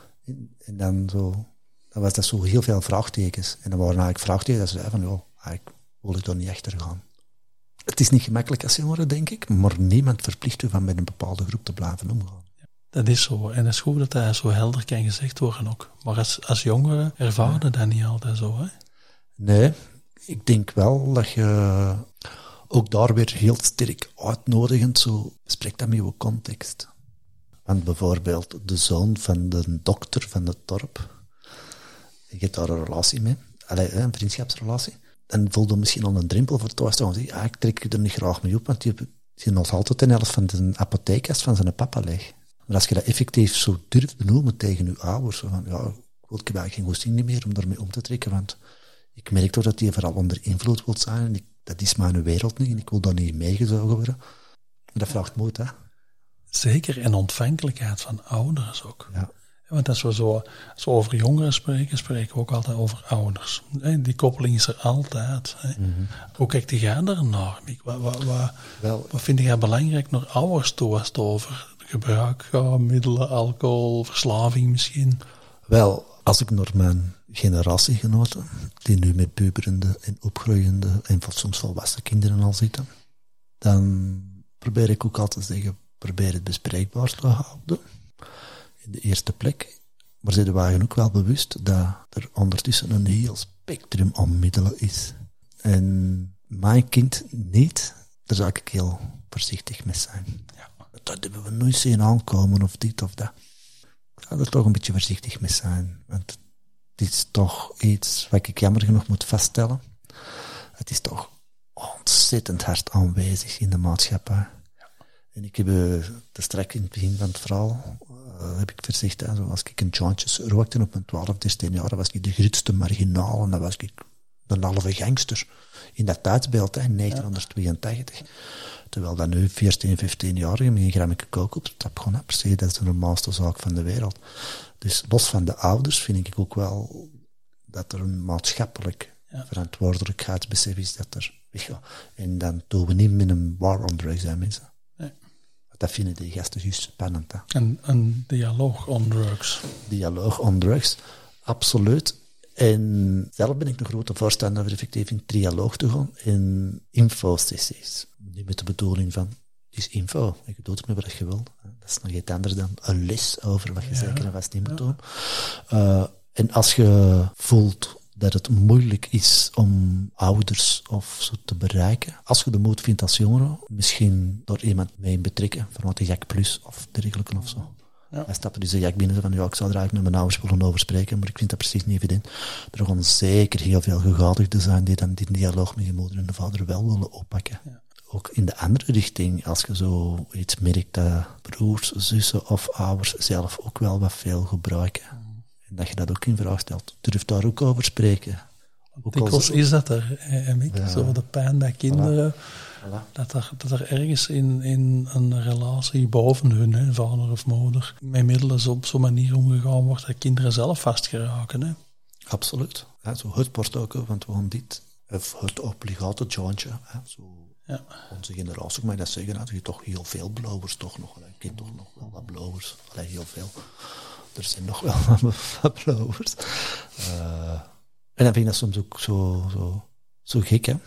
En dan was dat zo heel veel vraagtekens. En dan waren eigenlijk vraagtekens dat ze zeiden van, eigenlijk wil ik daar niet achter gaan. Het is niet gemakkelijk als jongeren, denk ik, maar niemand verplicht u van met een bepaalde groep te blijven omgaan. Dat is zo. En het is goed dat zo helder kan gezegd worden ook. Maar als jongeren ervaren dat niet altijd zo, hè? Nee, ik denk wel dat je ook daar weer heel sterk uitnodigend zo spreekt dat met je context. Want bijvoorbeeld de zoon van de dokter van het dorp, je hebt daar een relatie mee, een vriendschapsrelatie, dan voelde misschien al een drempel voor thuis te gaan zeggen, ik trek je er niet graag mee op, want die nog altijd de helft van de apotheekkast van zijn papa leeg. Maar als je dat effectief zo durft benoemen tegen je ouders, zo van, ik heb eigenlijk geen goesting meer om daarmee om te trekken, want ik merk toch dat die vooral onder invloed wilt zijn, en dat is mijn wereld niet, en ik wil daar niet meegezogen worden. Dat vraagt moed, hè. Zeker, en ontvankelijkheid van ouders ook. Ja. Want als we zo over jongeren spreken we ook altijd over ouders. Die koppeling is er altijd. Mm-hmm. Hoe kijkt jij daarnaar, Miek? Wat vind jij belangrijk naar ouders toe als het over gebruik gaat, middelen, alcohol, verslaving misschien? Wel, als ik naar mijn generatiegenoten, die nu met puberende en opgroeiende en soms volwassen kinderen al zitten, dan probeer ik ook altijd te zeggen, probeer het bespreekbaar te houden. In de eerste plek. Maar ze waren ook wel bewust dat er ondertussen een heel spectrum aan middelen is. En mijn kind niet, daar zou ik heel voorzichtig mee zijn. Ja, dat hebben we nooit zien aankomen of dit of dat. Ik zou er toch een beetje voorzichtig mee zijn. Want het is toch iets wat ik jammer genoeg moet vaststellen. Het is toch ontzettend hard aanwezig in de maatschappij. En ik heb straks in het begin van het verhaal heb ik verzegd, als ik een jointje rookte op mijn 12, 13 jaar, was ik de grootste marginaal en dan was ik een halve gangster. In dat tijdsbeeld, in 1982. Terwijl dat nu 14, 15-jarigen met een grammetje kook op stap gaan, per se, dat is de normaalste zaak van de wereld. Dus los van de ouders vind ik ook wel dat er een maatschappelijk verantwoordelijkheidsbesef is dat er weggaat. En dan doen we niet met een war on drugs, hè, mensen. Nee. Dat vinden die gasten juist spannend. Hè. Een dialoog on drugs. Dialoog on drugs, absoluut. En zelf ben ik een grote voorstander voor effectief in dialoog te gaan in infosessies. Niet met de bedoeling van, het is info, je doet het met wat je wil. Dat is nog iets anders dan een les over wat je zeker en vast niet moet doen. En als je voelt dat het moeilijk is om ouders of zo te bereiken, als je de moed vindt als jongere, misschien door iemand mee betrekken, vanuit de Jack Plus of dergelijke of zo. Ja. Hij stappen dus de Jack binnen van, ik zou er eigenlijk met mijn ouders willen over spreken, maar ik vind dat precies niet evident. Er gaan zeker heel veel gegadigden zijn die dan die dialoog met je moeder en de vader wel willen oppakken. Ja. Ook in de andere richting, als je zo iets merkt dat broers, zussen of ouders zelf ook wel wat veel gebruiken. En dat je dat ook in vraag stelt. Durf daar ook over spreken. Dikwijls is dat er, Mick. Ja. Zo de pijn dat kinderen... Voilà. Dat er ergens in een relatie boven hun, hè, vader of moeder, met middelen op zo'n manier omgegaan wordt dat kinderen zelf vastgeraken. Hè. Absoluut. Ja, zo het portoken, want we gaan dit, of het obligate jointje, hè, zo. Ja. Onze generatie, mag dat zeggen, had je toch heel veel blowers toch nog. Ik ken toch nog wel wat blowers. Allee, heel veel. Er zijn nog wel wat blowers. En dan vind ik dat soms ook zo gek, hè.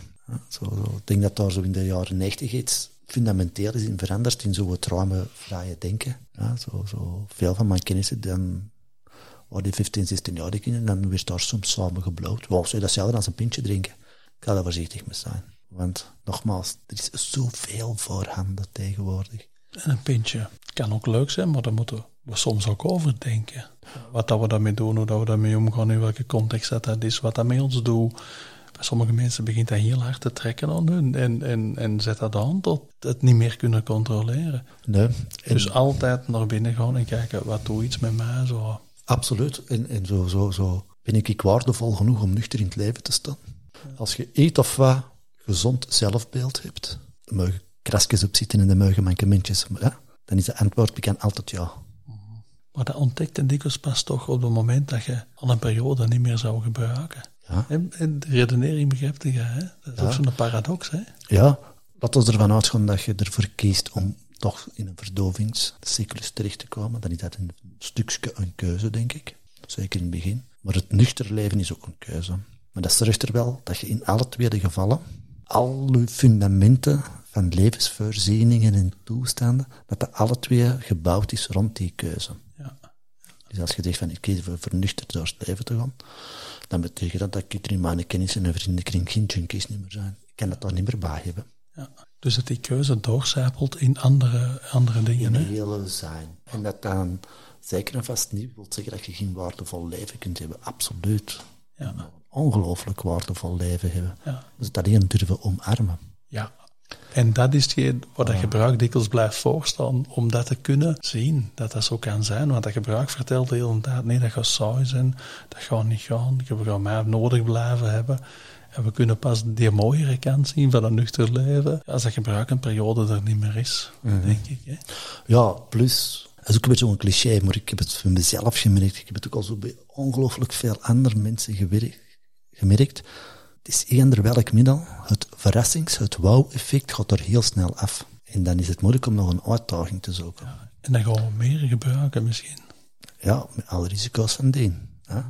Ik denk dat daar zo in de jaren 90 iets fundamenteel is in veranderd in zo'n traumavrije denken. Ja, zo veel van mijn kennissen, dan waren die 15, 16 jaar die kinderen, dan werd daar soms samen geblowd. Wow, zou je dat zelf als een pintje drinken? Ik ga daar voorzichtig mee zijn. Want, nogmaals, er is zoveel voorhanden tegenwoordig. En een pintje kan ook leuk zijn, maar daar moeten we soms ook over denken. Wat dat we daarmee doen, hoe dat we daarmee omgaan, in welke context dat is, wat dat met ons doet. Bij sommige mensen begint dat heel hard te trekken aan hun en zet dat aan tot het niet meer kunnen controleren. Nee. Dus altijd naar binnen gaan en kijken, wat doe iets met mij? Zo. Absoluut. En zo ben ik waardevol genoeg om nuchter in het leven te staan. Als je iets of wat gezond zelfbeeld hebt, er mogen krasjes op zitten en er mogen mankementjes, ja, dan is de antwoord bekend altijd ja. Maar dat ontdekte dikwijls pas toch op het moment dat je al een periode niet meer zou gebruiken. Ja. En de redenering begrijpt je, hè? Dat is ook zo'n paradox, hè? Ja, laten we ervan uitgaan dat je ervoor kiest om toch in een verdovingscyclus terecht te komen. Dan is dat een stukje een keuze, denk ik. Zeker in het begin. Maar het nuchter leven is ook een keuze. Maar dat zorgt er wel dat je in alle twee de gevallen al je fundamenten van levensvoorzieningen en toestanden, dat alle twee gebouwd is rond die keuze. Ja. Dus als je zegt van ik kies voor nuchter door het leven te gaan, dan betekent dat ik er in mijn kennis en vriendenkring geen junkies niet meer zijn. Ik kan dat daar niet meer bij hebben. Ja. Dus dat die keuze doorcijpelt in andere dingen. In hele zijn. En dat dan zeker en vast niet wil zeggen dat je geen waardevol leven kunt hebben. Absoluut. Ja. Een ongelooflijk waardevol leven hebben. Ja. Dus dat alleen durven omarmen. Ja. En dat is hetgeen waar dat gebruik dikwijls blijft voorstaan, om dat te kunnen zien, dat dat zo kan zijn. Want dat gebruik vertelt de hele tijd, nee, dat gaat saai zijn, dat gaat niet gaan, we gaan mij nodig blijven hebben. En we kunnen pas die mooiere kant zien van een nuchter leven, als dat gebruik een periode er niet meer is, denk ik. Hè? Ja, plus, dat is ook een beetje een cliché, maar ik heb het voor mezelf gemerkt, ik heb het ook al zo bij ongelooflijk veel andere mensen gemerkt. Het is eender welk middel, het het wow-effect gaat er heel snel af. En dan is het moeilijk om nog een uitdaging te zoeken. Ja, en dan gaan we meer gebruiken misschien. Ja, met alle risico's van dien. Ja.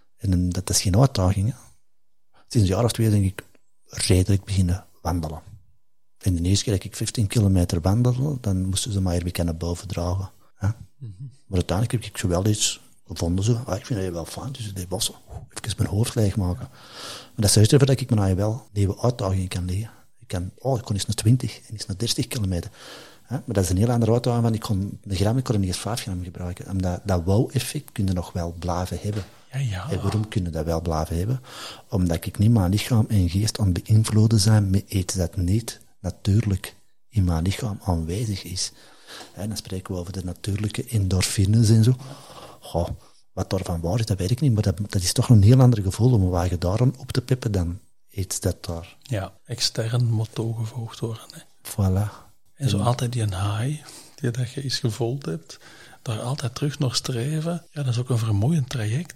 En dat is geen uitdaging. Hè. Sinds een jaar of 2 denk ik redelijk beginnen wandelen. En de eerste keer dat ik 15 kilometer wandelde, dan moesten ze mij weer naar boven dragen. Ja. Mm-hmm. Maar uiteindelijk heb ik zo wel iets gevonden. Zo. Ik vind dat wel fijn, dus die bossen. Even mijn hoofd leegmaken. Maar dat zorgt ervoor dat ik me wel nieuwe uitdagingen kan leggen. Ik kon eens naar 20 en eens naar 30 kilometer. Ja, maar dat is een heel andere uitdaging, want ik kon een gram, ik kon niet eens 5 gram gebruiken. Omdat dat wow-effect kun je nog wel blijven hebben. Ja. En waarom kun je dat wel blijven hebben? Omdat ik niet mijn lichaam en geest aan het beïnvloeden zijn met iets dat niet natuurlijk in mijn lichaam aanwezig is. En dan spreken we over de natuurlijke endorfines en zo. Goh, wat daarvan waar is, dat weet ik niet, maar dat is toch een heel ander gevoel om waar je daarom op te pippen dan iets dat daar... Ja, extern moet toegevoegd worden. Hè. Voilà. En zo altijd die high, die dat je eens gevoeld hebt, daar altijd terug naar streven, ja, dat is ook een vermoeiend traject, hè.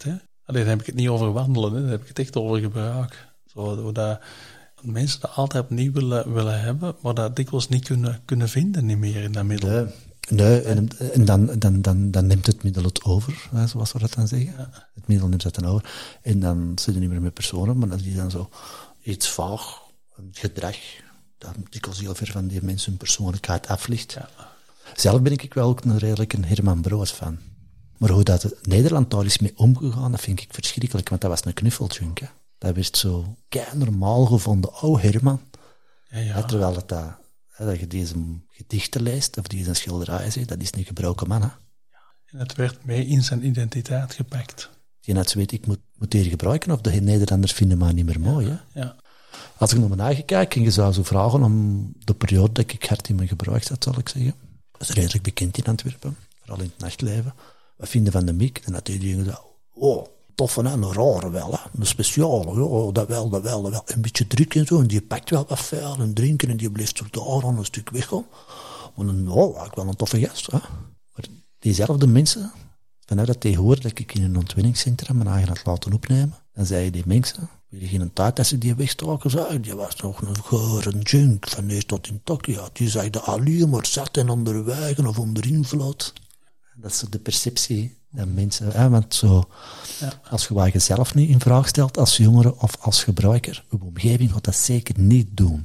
Dan heb ik het niet over wandelen, hè. Dan heb ik het echt over gebruik. Zo dat mensen dat altijd opnieuw willen hebben, maar dat dikwijls niet kunnen vinden niet meer in dat middel. Nee, en dan neemt het middel het over, zoals we dat dan zeggen. Ja. Het middel neemt het dan over. En dan zit je niet meer met personen, maar dat is dan zo iets vaag, een gedrag, dat dikwijls heel ver van die mensen hun persoonlijkheid afligt. Ja. Zelf ben ik wel ook redelijk een Herman Brood fan. Maar hoe dat Nederland daar is mee omgegaan, dat vind ik verschrikkelijk, want dat was een knuffeljunk, hè. Dat werd zo kei normaal gevonden. Oh, Herman. Ja. Terwijl dat je deze gedichten leest, of deze schilderijen ziet, dat is een gebroken man, hè. En het werd mee in zijn identiteit gepakt. Die net weet, ik moet hier gebruiken, of de Nederlanders vinden mij niet meer mooi, hè. Ja. Als ik naar mijn eigen kijk, en je zou zo vragen om de periode dat ik hard in me gebruikt had, zal ik zeggen. Dat is redelijk bekend in Antwerpen, vooral in het nachtleven. Wat vinden van de Miek? En dat iedereen gezegd, oh, toffe, hè, een rare wel, hè, een speciale, ja, dat wel. Een beetje druk en zo, en die pakt wel wat vuil en drinken, en die blijft zo daar aan een stuk weggaan. Maar dan, ik wel een toffe gast, hè. Maar diezelfde mensen, vanuit dat die horen dat ik in een ontwinningscentrum mijn eigen had laten opnemen, dan zeiden die mensen, weer geen tijd dat ze die wegstaken, zei, die was nog een gore junk, van eerst tot in Tokio. Die zei dat alleen maar zat en onderwegen of onder invloed. Dat is de perceptie dat mensen, hè, want zo, als je wat jezelf niet in vraag stelt, als jongere of als gebruiker, je omgeving gaat dat zeker niet doen.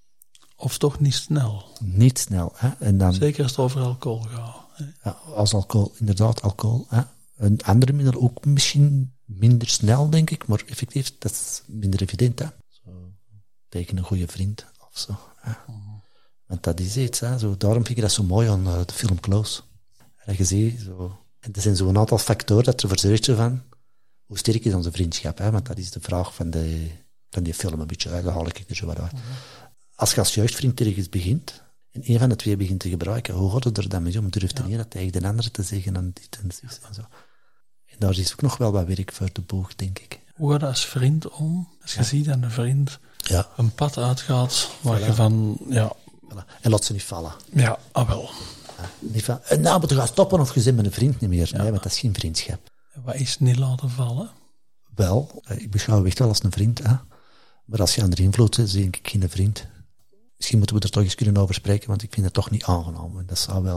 Of toch niet snel. Niet snel, hè. En dan, zeker als het over alcohol gaat. Hè. Ja, als alcohol, inderdaad, alcohol, hè. Een andere middel ook misschien minder snel, denk ik, maar effectief, dat is minder evident, hè. Zo, tegen een goede vriend, of zo, hè. Want dat is iets, hè. Zo, daarom vind ik dat zo mooi aan de film Close. Dat je ziet, zo, er zijn zo'n aantal factoren dat ervoor zorgt van hoe sterk is onze vriendschap, hè? Want dat is de vraag van die film een beetje, hè? Daar haal ik er zo wat uit. Als je als jeugdvriend ergens begint en een van de twee begint te gebruiken, hoe gaat het er dan mee om? Durft de ene dat tegen de andere te zeggen en dit en zus en zo. En daar is ook nog wel wat werk voor de boeg, denk ik. Hoe gaat dat als vriend om? Als je ziet dat een vriend een pad uitgaat waar je van, En laat ze niet vallen. Ja, wel. Niet van, nou, maar je gaat stoppen of je bent met een vriend niet meer. Nee, want dat is geen vriendschap. Wat is niet laten vallen? Wel, ik beschouw echt wel als een vriend, hè. Maar als je aan de invloed zit, zie ik geen vriend. Misschien moeten we er toch eens kunnen over spreken, want ik vind het toch niet aangenaam. En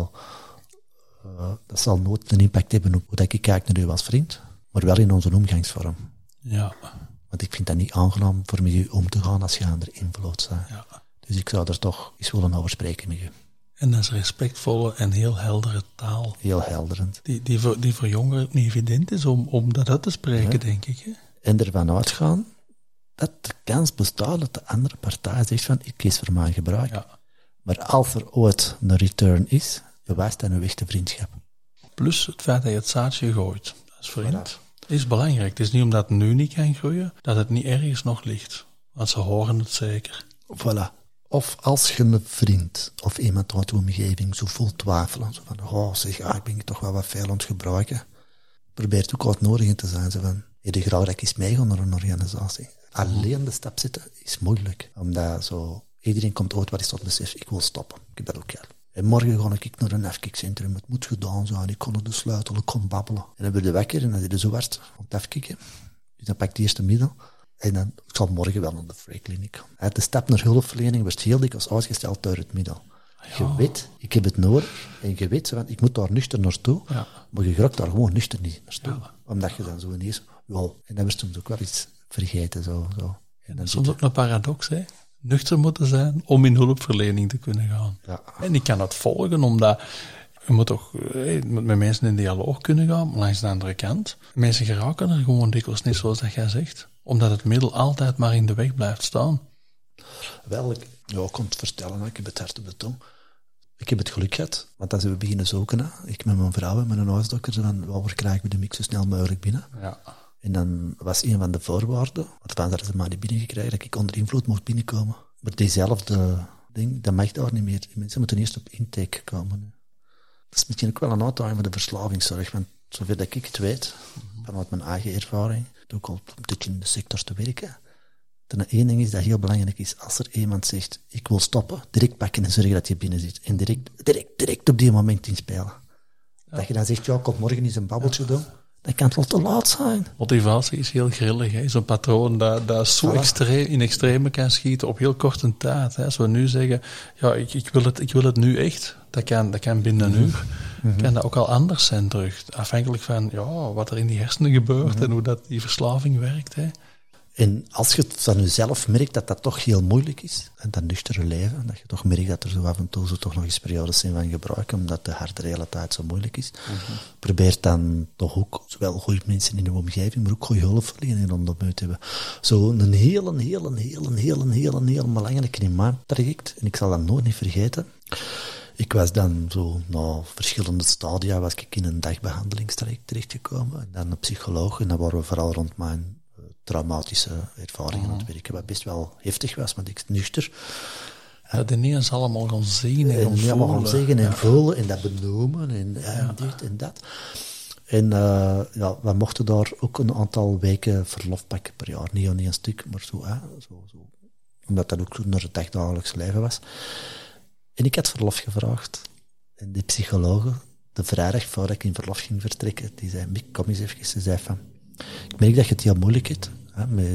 dat zal nooit een impact hebben op hoe ik kijk naar u als vriend, maar wel in onze omgangsvorm. Ja. Want ik vind dat niet aangenaam voor je om te gaan als je aan de invloed bent. Ja. Dus ik zou er toch eens willen over spreken met je. En dat is respectvolle en heel heldere taal. Heel helderend. Die voor jongeren niet evident is om dat uit te spreken, denk ik. Hè? En ervan uitgaan dat de kans bestaat dat de andere partij zegt van, ik kies voor mijn gebruik. Ja. Maar als er ooit een return is, bewijst dat een echte vriendschap. Plus het feit dat je het zaadje gooit als vriend, is belangrijk. Het is niet omdat het nu niet kan groeien, dat het niet ergens nog ligt. Want ze horen het zeker. Voilà. Of als je een vriend of iemand uit je omgeving zo vol twijfelen, zo van, ik ben toch wel wat veel aan het gebruiken. Probeer het ook uitnodigend te zijn, zo van, je graag dat ik eens meegaan naar een organisatie. Alleen de stap zetten is moeilijk, omdat zo, iedereen komt ooit wat is tot besef, ik wil stoppen, ik heb dat ook gehad. En morgen ga ik naar een afkikcentrum, het moet gedaan zijn, ik kon er de sleutel, ik kon babbelen. En dan word je wakker en dan zit je zo hard aan het afkikken. Dus dan pak je eerst de middel. En dan, ik zal morgen wel naar de freekliniek gaan. De stap naar hulpverlening wordt heel dikwijls uitgesteld door het middel. Ja. Je weet, ik heb het nodig. En je weet, want ik moet daar nuchter naartoe. Ja. Maar je raakt daar gewoon nuchter niet naartoe. Ja. Omdat je dan zo ineens, en dan wordt soms ook wel iets vergeten. Zo. En dat is soms ook een paradox, hè. Nuchter moeten zijn om in hulpverlening te kunnen gaan. Ja. En ik kan dat volgen, omdat je moet toch met mensen in dialoog kunnen gaan, maar langs de andere kant. Mensen geraken er gewoon dikwijls niet, zoals dat jij zegt. Omdat het middel altijd maar in de weg blijft staan. Wel, ik kon het vertellen, ik heb het hart op de tong. Ik heb het geluk gehad, want als we beginnen zoeken, ik met mijn vrouw en met een huisdokter, van waar krijgen we de mix zo snel mogelijk binnen. Ja. En dan was een van de voorwaarden, want dan hadden ze maar niet binnengekregen, dat ik onder invloed mocht binnenkomen. Maar diezelfde ding, dat mag daar niet meer. Die mensen moeten eerst op intake komen. Dat is misschien ook wel een uitdaging voor de verslavingszorg, want zover dat ik het weet, vanuit mijn eigen ervaring, doe ik al een beetje in de sector te werken. Dan één ding is dat heel belangrijk is, als er iemand zegt, ik wil stoppen, direct pakken en zorgen dat je binnen zit. En direct op die moment inspelen. Ja. Dat je dan zegt, kom morgen eens een babbeltje doen. dan kan het wel te laat zijn. Motivatie is heel grillig. Hè? Zo'n patroon dat zo in extreme kan schieten op heel korte tijd. Hè? Als we nu zeggen, ja, ik wil het nu echt, dat kan binnen een uur. Kan dat ook al anders zijn terug. Afhankelijk van wat er in die hersenen gebeurt en hoe dat die verslaving werkt. Hè? En als je het van jezelf merkt dat dat toch heel moeilijk is, en dat nuchtere leven, dat je toch merkt dat er zo af en toe zo toch nog eens periodes zijn van gebruik, omdat de harde realiteit zo moeilijk is, probeer dan toch ook zowel goede mensen in de omgeving, maar ook goede hulpverlening om dat mee te hebben. Zo een heel belangrijk in mijn traject, en ik zal dat nooit niet vergeten. Ik was dan zo, na verschillende stadia, was ik in een dagbehandelingstraject terechtgekomen, en dan een psycholoog, en dan waren we vooral rond mijn traumatische ervaringen aan het werken, wat best wel heftig was, maar ik nuchter. Dat is niet eens allemaal gaan zien en voelen. Allemaal gaan zeggen en voelen en dat benoemen en dit en dat. En we mochten daar ook een aantal weken verlof pakken per jaar. Niet een stuk, maar zo. Omdat dat ook naar het dagdagelijks leven was. En ik had verlof gevraagd. En die psychologe, de vrijdag voordat ik in verlof ging vertrekken, die zei, Mick, kom eens even. Ze zei van, ik merk dat je het heel moeilijk hebt, met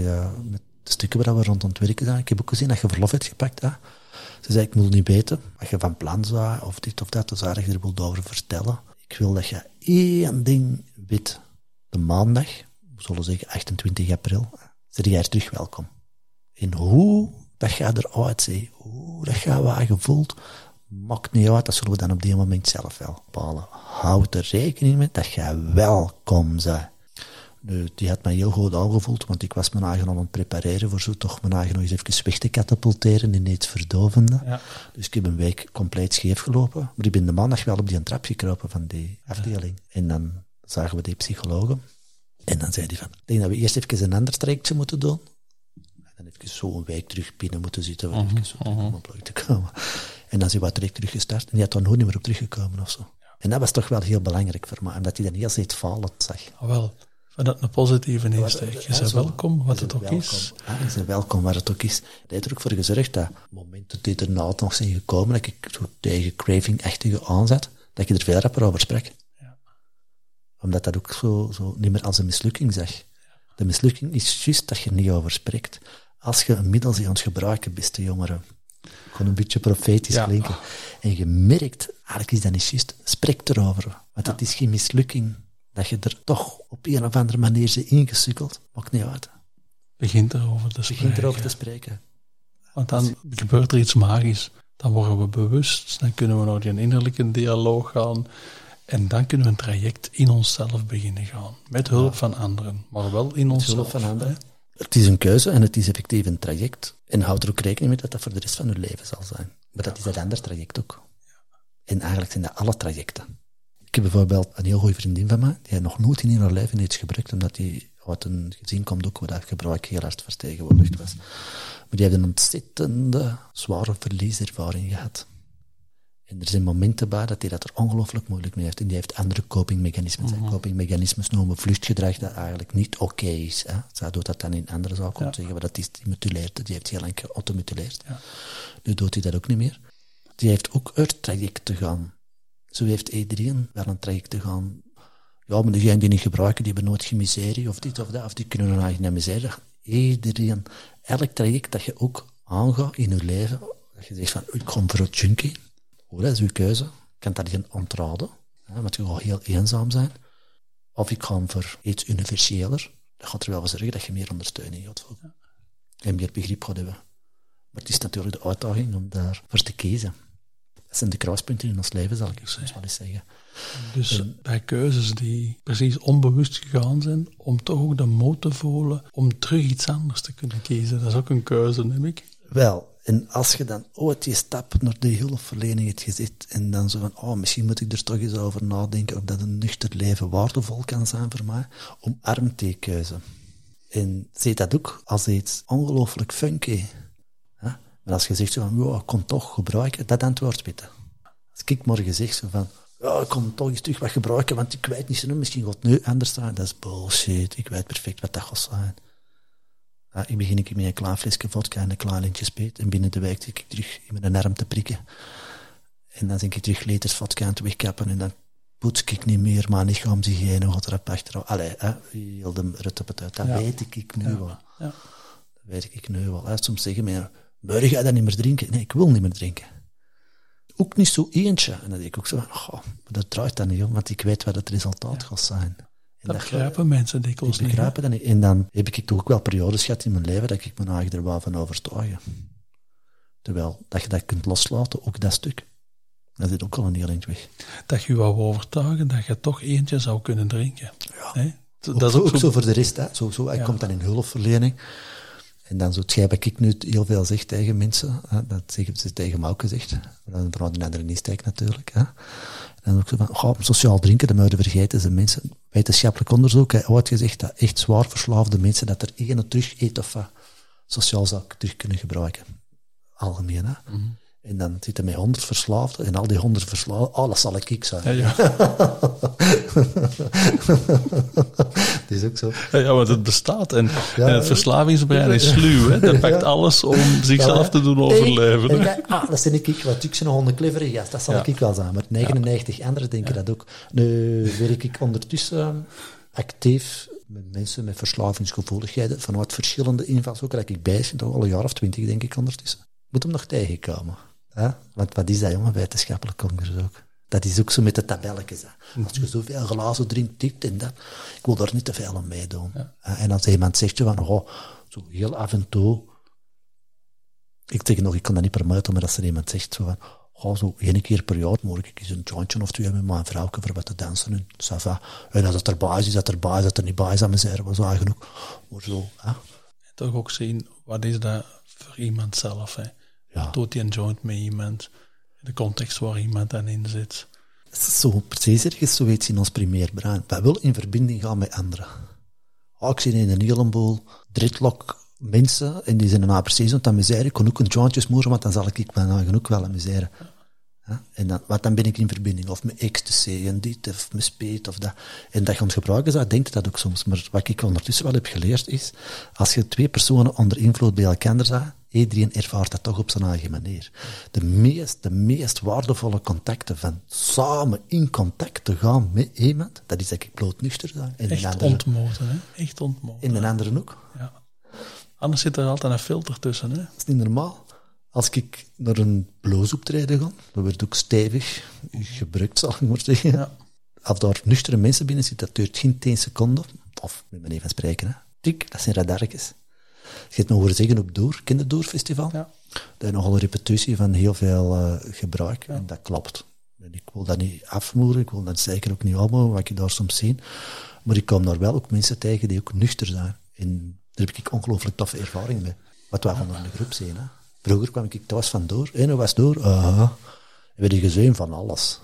de stukken waar we rond aan het werken zijn. Ik heb ook gezien dat je verlof hebt gepakt. Ze zei, ik moet niet weten wat je van plan zou, of dit of dat, dus zou je er wel over vertellen. Ik wil dat je één ding weet. De maandag, we zullen zeggen 28 april, zit jij terug welkom. En hoe dat jij eruit ziet, hoe dat jij wat je voelt, maakt niet uit, dat zullen we dan op die moment zelf wel bepalen. Houd er rekening mee dat jij welkom bent. Nu, die had mij heel goed aangevoeld, want ik was mijn eigen aan het prepareren voor zo toch mijn eigen nog eens even weg te katapulteren in iets verdovende. Ja. Dus ik heb een week compleet scheef gelopen, maar ik ben de maandag wel op die trap gekropen van die afdeling. En dan zagen we die psychologen. En dan zei hij van, ik denk dat we eerst even een ander trajectje moeten doen. En dan even zo een week terug binnen moeten zitten, om even zo terug op plek te komen. En dan zijn we direct teruggestart. En die had er nooit meer op teruggekomen of zo. Ja. En dat was toch wel heel belangrijk voor mij, omdat hij dan heel steeds falend zag. Wel. Dat een positieve insteek. Je bent welkom, wat het ook is. Ja, je bent welkom, wat het ook is. Dat heeft er ook voor gezorgd dat, op het moment dat dit erna nog zijn gekomen, dat ik zo tegen craving-achtige aanzet, dat je er veel rapper over sprak. Ja. Omdat dat ook zo niet meer als een mislukking zag. De mislukking is juist dat je er niet over spreekt. Als je een middel aan het gebruiken, beste jongeren, gewoon een beetje profetisch klinken, en je merkt, eigenlijk is dat niet juist, spreek erover. Want het is geen mislukking. Dat je er toch op een of andere manier ze ingesukkeld, maakt niet uit. Begint erover te spreken. Want dan gebeurt er iets magisch. Dan worden we bewust, dan kunnen we naar die innerlijke dialoog gaan en dan kunnen we een traject in onszelf beginnen gaan. Met hulp van anderen, maar wel in onszelf. Hulp van anderen. Het is een keuze en het is effectief een traject. En houd er ook rekening mee dat dat voor de rest van je leven zal zijn. Maar dat is dat andere traject ook. En eigenlijk zijn dat alle trajecten. Ik heb bijvoorbeeld een heel goede vriendin van mij, die nog nooit in haar leven iets gebruikt, omdat die uit een gezin komt ook waar dat gebruik heel hard vertegenwoordigd was. Maar die heeft een ontzettende zware verlieservaring gehad. En er zijn momenten bij dat hij dat er ongelooflijk moeilijk mee heeft. En die heeft andere copingmechanismen. Copingmechanismen noemen vluchtgedrag dat eigenlijk niet oké is. Hè. Zij doet dat dan in andere zaken om te zeggen, maar dat is mutileerd. Die heeft heel lang geautomutileerd. Ja. Nu doet hij dat ook niet meer. Die heeft ook uit trajecten gaan. Zo heeft iedereen wel een traject te gaan. Ja, maar degenen die niet gebruiken, die hebben nooit geen miserie, of dit of dat, of die kunnen hun eigen miserie. Iedereen, elk traject dat je ook aangaat in je leven, dat je zegt van, ik kom voor het junkie, dat is uw keuze, ik kan dat niet ontraden, want je gaat heel eenzaam zijn. Of ik ga voor iets universeler, dat gaat er wel voor zorgen dat je meer ondersteuning gaat voelen. En meer begrip gaat hebben. Maar het is natuurlijk de uitdaging om daarvoor te kiezen. Dat zijn de kruispunten in ons leven, zal ik soms wel eens zeggen. Dus bij keuzes die precies onbewust gegaan zijn, om toch ook de moed te voelen om terug iets anders te kunnen kiezen. Dat is ook een keuze, neem ik. Wel, en als je dan ooit die stap naar de hulpverlening hebt gezet en dan zo van, misschien moet ik er toch eens over nadenken of dat een nuchter leven waardevol kan zijn voor mij, omarm die keuze. En zie dat ook als iets ongelooflijk funky. Maar als je zegt zo van, ik kon toch gebruiken, dat antwoord weten. Als ik morgen zeg zo van, ik kon toch eens terug wat gebruiken, want ik weet niet zo, misschien gaat het nu anders zijn. Dat is bullshit, ik weet perfect wat dat gaat zijn. Ik begin met een klein flesje vodka en een klein lintje speet, en binnen de week zit ik terug in mijn arm te prikken. En dan denk ik terug liters vodka aan te wegkappen, en dan poets ik niet meer, mijn lichaamshygiëne gaat erop achteraf. Allee, heel de rut op het uit. Dat weet ik nu wel. Ja. Dat weet ik nu wel. Soms zeggen mensen, maar ga je dan niet meer drinken? Nee, ik wil niet meer drinken. Ook niet zo eentje. En dan denk ik ook zo van, dat draait dan niet om, want ik weet wat het resultaat gaat zijn. Dat begrijpen mensen dikwijls niet. Begrijpen dat niet. En dan heb ik toch ook wel periodes gehad in mijn leven dat ik me eigenlijk er wel van overtuigen. Terwijl, dat je dat kunt loslaten, ook dat stuk. Dat zit ook al een heel eind weg. Dat je wou overtuigen dat je toch eentje zou kunnen drinken. Ja. Hè? Dat is ook zo voor de rest. Hè. Hij komt dan in hulpverlening. En dan zo hetgeen wat ik nu heel veel zeg tegen mensen. Hè. Dat zeggen ze tegen mij ook gezegd. Dan vooral de andere insteek natuurlijk. Hè. En dan ook zo van, sociaal drinken, dat moeten we vergeten. Zijn mensen, wetenschappelijk onderzoek heeft ooit gezegd dat echt zwaar verslaafde mensen dat er ene terug eet of sociaal zou terug kunnen gebruiken. Algemeen, hè. Mm-hmm. En dan zitten met 100 verslaafden en al die 100 verslaafden, dat zal ik zijn. Ja. Dat is ook zo. Ja, want het bestaat en het verslavingsbrein is sluw. Hè? Dat pakt alles om zichzelf te doen overleven. Dat ben ik, want ik ben nog een clevere gast, dat zal ik wel zijn. Maar 99 anderen denken dat ook. Nu werk ik ondertussen actief met mensen met verslavingsgevoeligheden vanuit verschillende invalshoeken. Dat ik bezig ben, al een jaar of 20 denk ik ondertussen. Moet hem nog tegenkomen. Hè? Want wat is dat, jongen, wetenschappelijk onderzoek? Dat is ook zo met de tabelletjes. Hè? Als je zoveel glazen drinkt, dit en dat, ik wil daar niet te veel aan meedoen. Ja. En als iemand zegt je van, zo heel af en toe, ik zeg nog, ik kan dat niet promoten, maar als er iemand zegt zo van, zo 1 keer per jaar moet ik eens een jointje of 2 met mijn vrouwke voor wat te dansen. En, en als het erbij is, dat er niet bij is, aan mezelf, was eigenlijk genoeg. Maar zo, hè? En toch ook zien, wat is dat voor iemand zelf, hè? Ja. Doet hij een joint met iemand, de context waar iemand dan in zit. Het is zo precies ergens zoiets in ons primair brein. Wij willen in verbinding gaan met anderen. Ik zie in een heleboel dreadlock mensen, en die zijn nou precies aan het amuseren. Ik kon ook een jointje smoren, want dan zal ik me nou genoeg wel amuseren. Ja. En dan ben ik in verbinding, of met ecstasy, en dit, of met speed, of dat. En dat je het gebruiken zou, denkt dat ook soms. Maar wat ik ondertussen wel heb geleerd is, als je 2 personen onder invloed bij elkaar zijn, iedereen ervaart dat toch op zijn eigen manier. De meest waardevolle contacten van samen in contact te gaan met iemand, dat is dat ik bloot nuchter ben. En echt ontmoeten, hè? Echt ontmoeten. En de anderen ook. Ja. Anders zit er altijd een filter tussen, hè? Dat is niet normaal. Als ik naar een bluesoptreden ga, dan wordt ook stevig gebruikt, zal ik maar zeggen. Ja. Als daar nuchtere mensen binnen zitten, dat duurt geen 10 seconden. Of, met manier van spreken, hè. Tik, dat zijn radarretjes. Je hebt me horen zeggen op Door, ken het Doorfestival? Ja. Dat is nogal een repetitie van heel veel gebruik. Ja. En dat klopt. En ik wil dat niet afmoeren, ik wil dat zeker ook niet opbouwen, wat ik daar soms zie. Maar ik kom daar wel ook mensen tegen die ook nuchter zijn. En daar heb ik ongelooflijk toffe ervaring mee. Wat wij van de groep zien, hè. Vroeger kwam ik thuis van Door. En hoe was Door? En we hadden gezien van alles.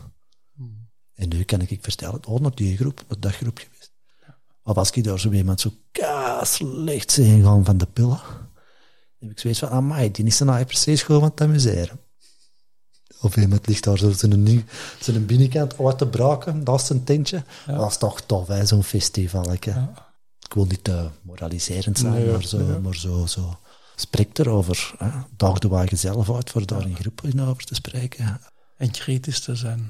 En nu kan ik vertellen, naar die groep, naar dat groep geweest. Ja. Of als ik daar zo iemand zo slecht zijn gaan van de pillen, dan heb ik zoiets van, amai, die is nou precies gewoon aan het amuseren. Of iemand ligt daar zo zijn binnenkant uit te braken, dat is een tentje. Ja. Dat is toch tof, hè, zo'n festival. Ja. Ik wil niet te moraliserend zijn, maar zo. Spreek erover. Daag de wagen zelf uit voor daar in groepen over te spreken. En kritisch te zijn.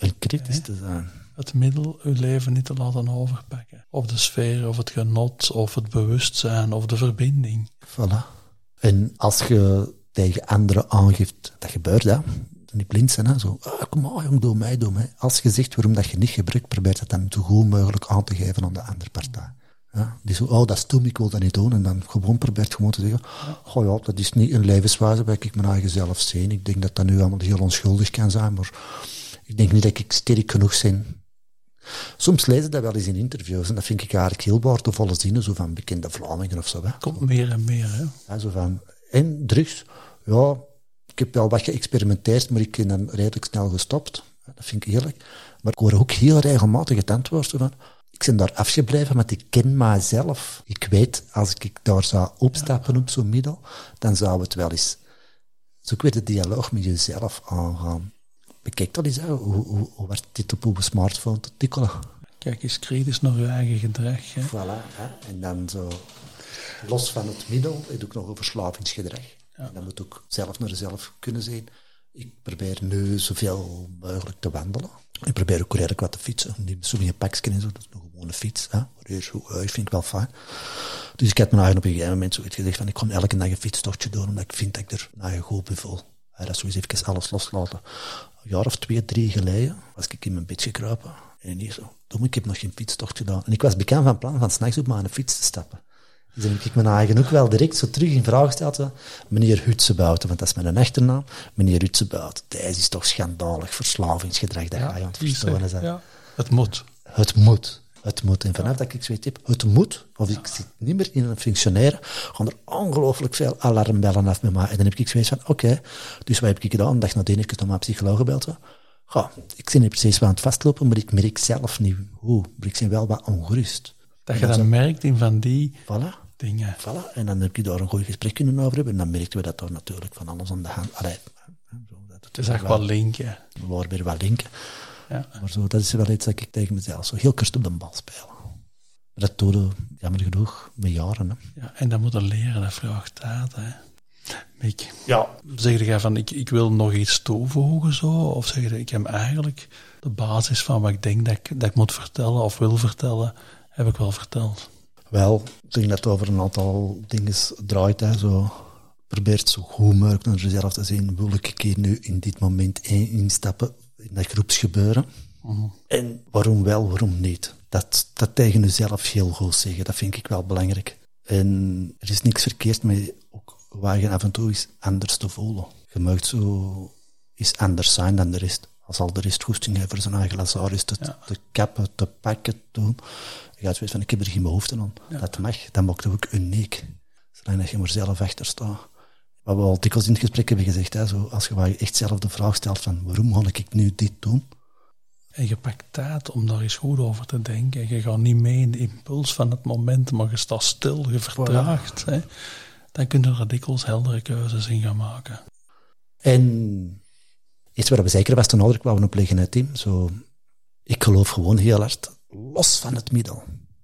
Te zijn. Het middel uw leven niet te laten overpakken. Of de sfeer, of het genot, of het bewustzijn, of de verbinding. Voilà. En als je tegen anderen aangeeft, dat gebeurt, hè. Niet blind zijn, hè. Zo, kom maar, jong, doe mij. Als je zegt waarom dat je niet gebruikt, probeer dat dan zo goed mogelijk aan te geven aan de andere partij. Ja, die zo, dat is stom, ik wil dat niet doen. En dan probeert gewoon te zeggen, dat is niet een levenswijze waar ik mijn eigen zelf zie. Ik denk dat dat nu allemaal heel onschuldig kan zijn, maar ik denk niet dat ik sterk genoeg ben. Soms lees ik dat wel eens in interviews en dat vind ik eigenlijk heel waardevolle zinnen, zo van bekende Vlamingen of zo. Hè. Komt meer en meer, hè? Ja, zo van, en drugs, ik heb wel wat geëxperimenteerd, maar ik ben dan redelijk snel gestopt. Ja, dat vind ik eerlijk. Maar ik hoor ook heel regelmatig het antwoord van, ik ben daar afgebleven, want ik ken mijzelf. Ik weet, als ik daar zou opstappen op zo'n middel, dan zou het wel eens... Zo ik weet, de dialoog met jezelf aangaan. Bekijk dat eens, hoe werd dit op uw smartphone te tikkelen? Kijk eens kritisch naar je eigen gedrag. Hè? Voilà, hè? En dan zo... Los van het middel, het ook nog over verslavingsgedrag. Ja. En dat moet ook zelf naar jezelf kunnen zijn. Ik probeer nu zoveel mogelijk te wandelen. Ik probeer ook redelijk wat te fietsen. Die souvenirpakjes en zo, dat is nog gewoon een fiets. Hè? Vind ik wel fijn. Dus ik heb me eigenlijk op een gegeven moment zoiets gezegd van ik kon elke dag een fietstochtje doen, omdat ik vind dat ik er goed bij voel. Dat is sowieso even alles loslaten. Een jaar of 2, 3 geleden was ik in mijn bed gekruipen. En ineens zo, ik heb nog geen fietstochtje gedaan. En ik was bekend van plan van 's nachts op maar een fiets te stappen. Dus dan heb ik mijn eigen ook wel direct zo terug in vraag gesteld. Meneer Hutsebouten, want dat is mijn achternaam. Meneer Hutsebouten, deze is toch schandalig verslavingsgedrag dat je aan het verstoren is. Ja, het moet. Het moet. Het moet. En vanaf dat ik zoiets heb, het moet, of ik zit niet meer in een functionaire, gaan er ongelooflijk veel alarmbellen af bij mij. En dan heb ik zoiets van, oké, dus wat heb ik gedaan? Een dag nadien heb ik naar mijn psycholoog gebeld. Ik ben niet precies wel aan het vastlopen, maar ik merk zelf niet hoe. Maar ik ben wel wat ongerust. Dat je dat merkt in van die dingen. Voilà. En dan heb ik daar een goed gesprek kunnen over hebben. En dan merkten we dat er natuurlijk van alles aan de hand... Het is echt wel linken. We waren weer wel linken. Ja. Maar zo, dat is wel iets dat ik tegen mezelf zo heel kust op de bal spelen. Maar dat doe je, jammer genoeg, met jaren. Hè. Ja, en dat moet je leren, dat vraagt tijd. Hè. Mick, zeg jij van, ik wil nog iets toevoegen zo? Of zeg je, ik heb eigenlijk de basis van wat ik denk dat ik moet vertellen of wil vertellen, heb ik wel verteld? Wel, ik denk dat het over een aantal dingen draait. Hè, zo. Probeert zo goed mogelijk naar jezelf te zien. Wil ik hier nu in dit moment instappen in dat groepsgebeuren? Mm-hmm. En waarom wel, waarom niet? Dat tegen jezelf heel goed zeggen, dat vind ik wel belangrijk. En er is niks verkeerd met ook waar je af en toe eens anders te voelen. Je mag zo eens anders zijn dan de rest. Als al de rest goesting heeft voor zijn eigen lazarus te kappen, te pakken, te doen. Je gaat weten van, ik heb er geen behoefte aan. Ja. Dat mag, dat maakt het ook uniek. Zolang dat je maar zelf achter staat. Wat we al dikwijls in het gesprek hebben gezegd, hè, zo, als je echt zelf de vraag stelt van, waarom ga ik nu dit doen? En je pakt tijd om daar eens goed over te denken. Je gaat niet mee in de impuls van het moment, maar je staat stil, je vertraagt. Hè. Dan kun je er dikwijls heldere keuzes in gaan maken. En iets waar we zeker best een nadruk wouden opleggen, het team. Zo, ik geloof gewoon heel hard, los van het middel.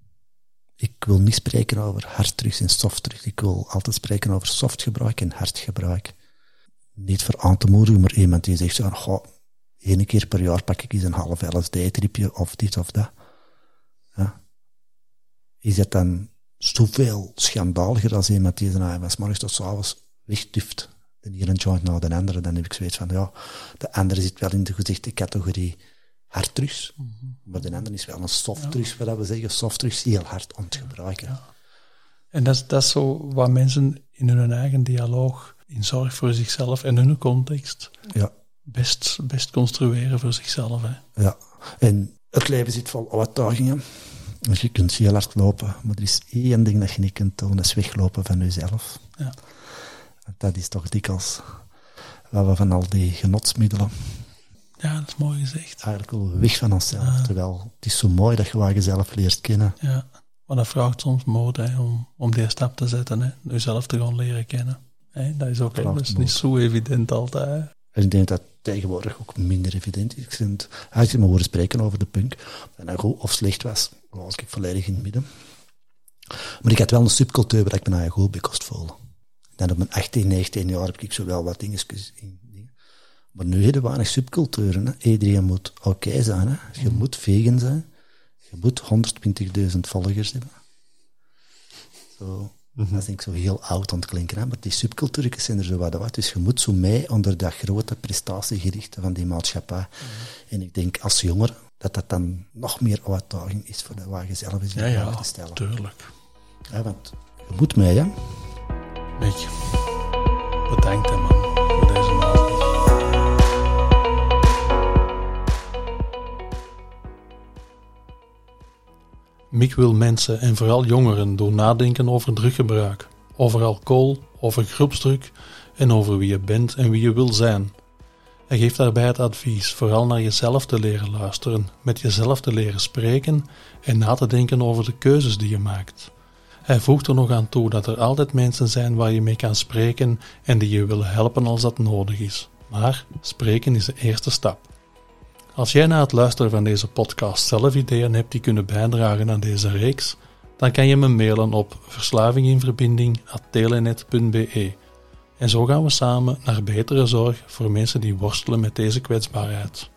Ik wil niet spreken over harddrugs en softdrugs. Ik wil altijd spreken over softgebruik en hardgebruik. Niet voor aan te moedigen, maar iemand die zegt, 1 keer per jaar pak ik eens een half LSD-tripje of dit of dat. Ja. Is dat dan zoveel schandaliger als iemand die van 's morgens tot 's avonds wegduft? De hier een joint na de andere. Dan heb ik zoiets van, de andere zit wel in de gezegde categorie harddrugs. Mm-hmm. Maar de andere is wel een softdrugs, wat we zeggen. Softdrugs heel hard om te gebruiken. Ja. En dat is zo wat mensen in hun eigen dialoog, in zorg voor zichzelf en hun context, best construeren voor zichzelf. Hè. Ja, en het leven zit vol uitdagingen. Dus je kunt heel hard lopen, maar er is 1 ding dat je niet kunt doen, dat is weglopen van jezelf. Ja. En dat is toch dikwijls wat we van al die genotsmiddelen... Ja, dat is mooi gezegd. Eigenlijk wel weg van onszelf. Terwijl het is zo mooi dat je waar jezelf leert kennen. Ja, maar dat vraagt soms moed om die stap te zetten. Hè. Jezelf te gaan leren kennen. Hè. Dat is ook dat is niet zo evident altijd. Hè. En ik denk dat het tegenwoordig ook minder evident is. Als je me horen spreken over de punk, en dat goed of slecht was, was ik volledig in het midden. Maar ik had wel een subcultuur waar ik me goed bij kost voelen. Dan op mijn 18, 19 jaar heb ik zo wel wat dingetjes in. Maar nu heb je weinig subculturen. Hè. Iedereen moet oké zijn. Hè. Je moet vegan zijn. Je moet 120.000 volgers hebben. Zo, dat is denk ik zo heel oud aan het klinken. Hè. Maar die subculturen zijn er zo wat. Dus je moet zo mee onder dat grote prestatiegerichte van die maatschappij. En ik denk als jonger dat dan nog meer uitdaging is voor de waar je zelf eens in vraag te stellen. Tuurlijk. Ja, want je moet mee, hè. Mick, bedankt hè, man, voor deze maand. Mick wil mensen en vooral jongeren doen nadenken over druggebruik, over alcohol, over groepsdruk en over wie je bent en wie je wil zijn. Hij geeft daarbij het advies vooral naar jezelf te leren luisteren, met jezelf te leren spreken en na te denken over de keuzes die je maakt. Hij voegt er nog aan toe dat er altijd mensen zijn waar je mee kan spreken en die je willen helpen als dat nodig is. Maar spreken is de eerste stap. Als jij na het luisteren van deze podcast zelf ideeën hebt die kunnen bijdragen aan deze reeks, dan kan je me mailen op verslavinginverbinding@telenet.be. En zo gaan we samen naar betere zorg voor mensen die worstelen met deze kwetsbaarheid.